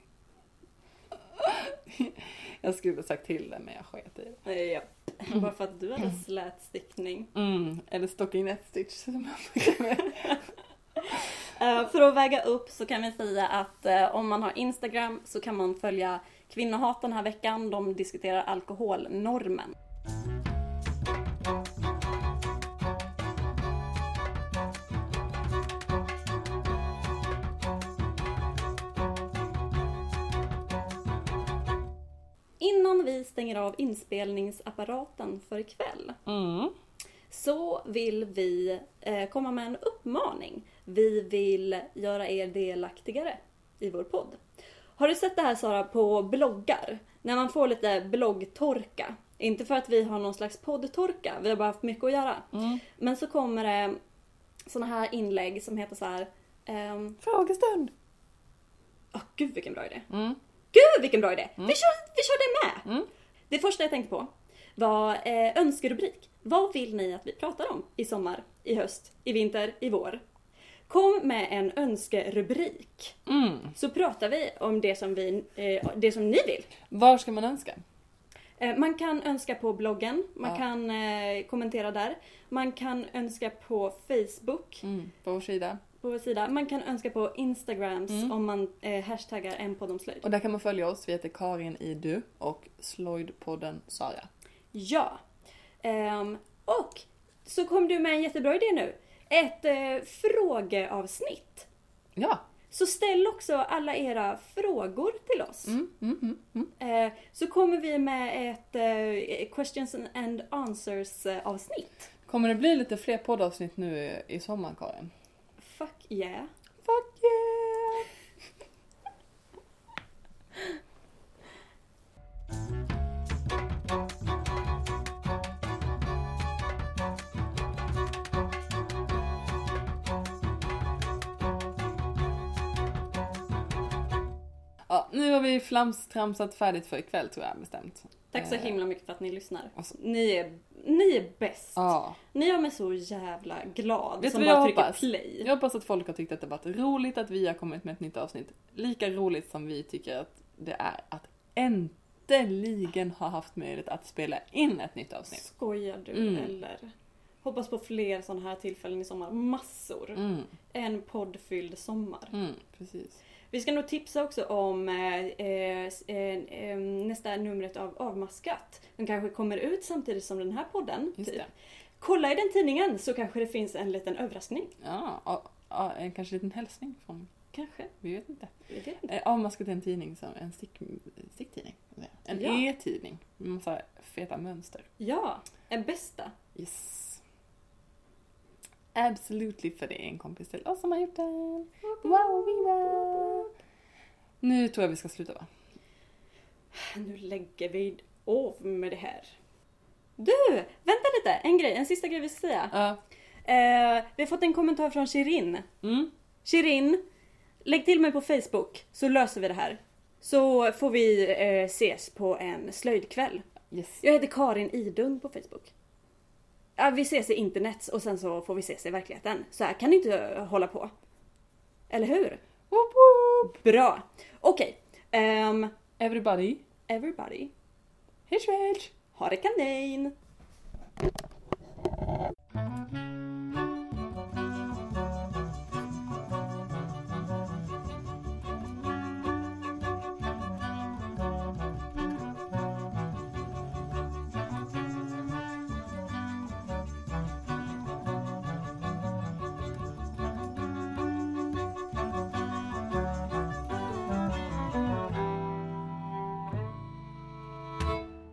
Speaker 2: Jag skulle ha sagt till det, men jag sket i det.
Speaker 1: Ja. Mm. Bara för att du hade slätstickning.
Speaker 2: Mm. Eller stocking net stitch.
Speaker 1: uh, för att väga upp så kan vi säga att uh, om man har Instagram så kan man följa Kvinnohat den här veckan. De diskuterar alkoholnormen. Innan vi stänger av inspelningsapparaten för ikväll
Speaker 2: mm.
Speaker 1: så vill vi eh, komma med en uppmaning. Vi vill göra er delaktigare i vår podd. Har du sett det här, Sara, på bloggar? När man får lite bloggtorka. Inte för att vi har någon slags poddtorka. Vi har bara haft mycket att göra.
Speaker 2: Mm.
Speaker 1: Men så kommer det såna här inlägg som heter så här... Ehm...
Speaker 2: Frågestund!
Speaker 1: Åh, oh, gud vilken bra idé.
Speaker 2: Mm.
Speaker 1: Gud vilken bra idé.
Speaker 2: Mm.
Speaker 1: Vi, kör, vi kör det med.
Speaker 2: Mm.
Speaker 1: Det första jag tänkte på var eh, önskerubrik. Vad vill ni att vi pratar om i sommar, i höst, i vinter, i vår? Kom med en önskerubrik.
Speaker 2: Mm.
Speaker 1: Så pratar vi om det som, vi, eh, det som ni vill.
Speaker 2: Var ska man önska?
Speaker 1: Eh, man kan önska på bloggen. Man
Speaker 2: ja.
Speaker 1: kan eh, kommentera där. Man kan önska på Facebook.
Speaker 2: Mm. På vår sida.
Speaker 1: På vår sida. Man kan önska på Instagrams mm. om man eh, hashtaggar en podd om slöjd.
Speaker 2: Och där kan man följa oss. Vi heter Karin i du och Slöjdpodden Sara.
Speaker 1: Ja. Um, och så kom du med en jättebra idé nu. Ett eh, frågeavsnitt.
Speaker 2: Ja.
Speaker 1: Så ställ också alla era frågor till oss.
Speaker 2: Mm, mm, mm,
Speaker 1: mm. Eh, så kommer vi med ett eh, questions and answers eh, avsnitt.
Speaker 2: Kommer det bli lite fler poddavsnitt nu i sommar, Karin?
Speaker 1: Fuck yeah.
Speaker 2: Fuck yeah! Ja, nu har vi flamstramsat färdigt för ikväll, tror jag bestämt.
Speaker 1: Tack så himla mycket för att ni lyssnar.
Speaker 2: Alltså.
Speaker 1: Ni är, ni är bäst.
Speaker 2: Ja.
Speaker 1: Ni gör mig så jävla glad.
Speaker 2: Vet
Speaker 1: som
Speaker 2: du
Speaker 1: bara
Speaker 2: vad jag
Speaker 1: trycker
Speaker 2: hoppas?
Speaker 1: play.
Speaker 2: Jag hoppas att folk har tyckt att det varit roligt att vi har kommit med ett nytt avsnitt. Lika roligt som vi tycker att det är att äntligen ha haft möjlighet att spela in ett nytt avsnitt.
Speaker 1: Skojar du
Speaker 2: Mm.
Speaker 1: eller? Hoppas på fler sådana här tillfällen i sommar. Massor.
Speaker 2: Mm.
Speaker 1: En poddfylld sommar.
Speaker 2: Mm, precis.
Speaker 1: Vi ska nog tipsa också om eh, eh, eh, nästa numret av Avmaskat. Den kanske kommer ut samtidigt som den här podden.
Speaker 2: Just
Speaker 1: typ.
Speaker 2: det.
Speaker 1: Kolla i den tidningen så kanske det finns en liten överraskning.
Speaker 2: Ja, ja, ja en kanske liten hälsning från Kanske, vi vet inte.
Speaker 1: Vi vet inte.
Speaker 2: Eh, avmaskat en tidning som en stick, sticktidning. En
Speaker 1: Ja.
Speaker 2: e-tidning. Med massa feta mönster.
Speaker 1: Ja, en bästa.
Speaker 2: Yes. Absolutely, för det är en kompis till oss som har gjort den. Wow, viva! Nu tror jag vi ska sluta, va?
Speaker 1: Nu lägger vi av med det här. Du, vänta lite. En grej, en sista grej vi ska säga.
Speaker 2: Ja.
Speaker 1: Eh, vi har fått en kommentar från Shirin.
Speaker 2: Mm.
Speaker 1: Shirin, lägg till mig på Facebook så löser vi det här. Så får vi eh, ses på en slöjdkväll.
Speaker 2: Yes.
Speaker 1: Jag heter Karin Idun på Facebook. Ja, vi ses i internet och sen så får vi ses i verkligheten. Så här kan ni inte hålla på. Eller hur?
Speaker 2: Woop woop.
Speaker 1: Bra. Okej. ehm,
Speaker 2: Everybody.
Speaker 1: everybody.
Speaker 2: Hej svej.
Speaker 1: Ha det kanin.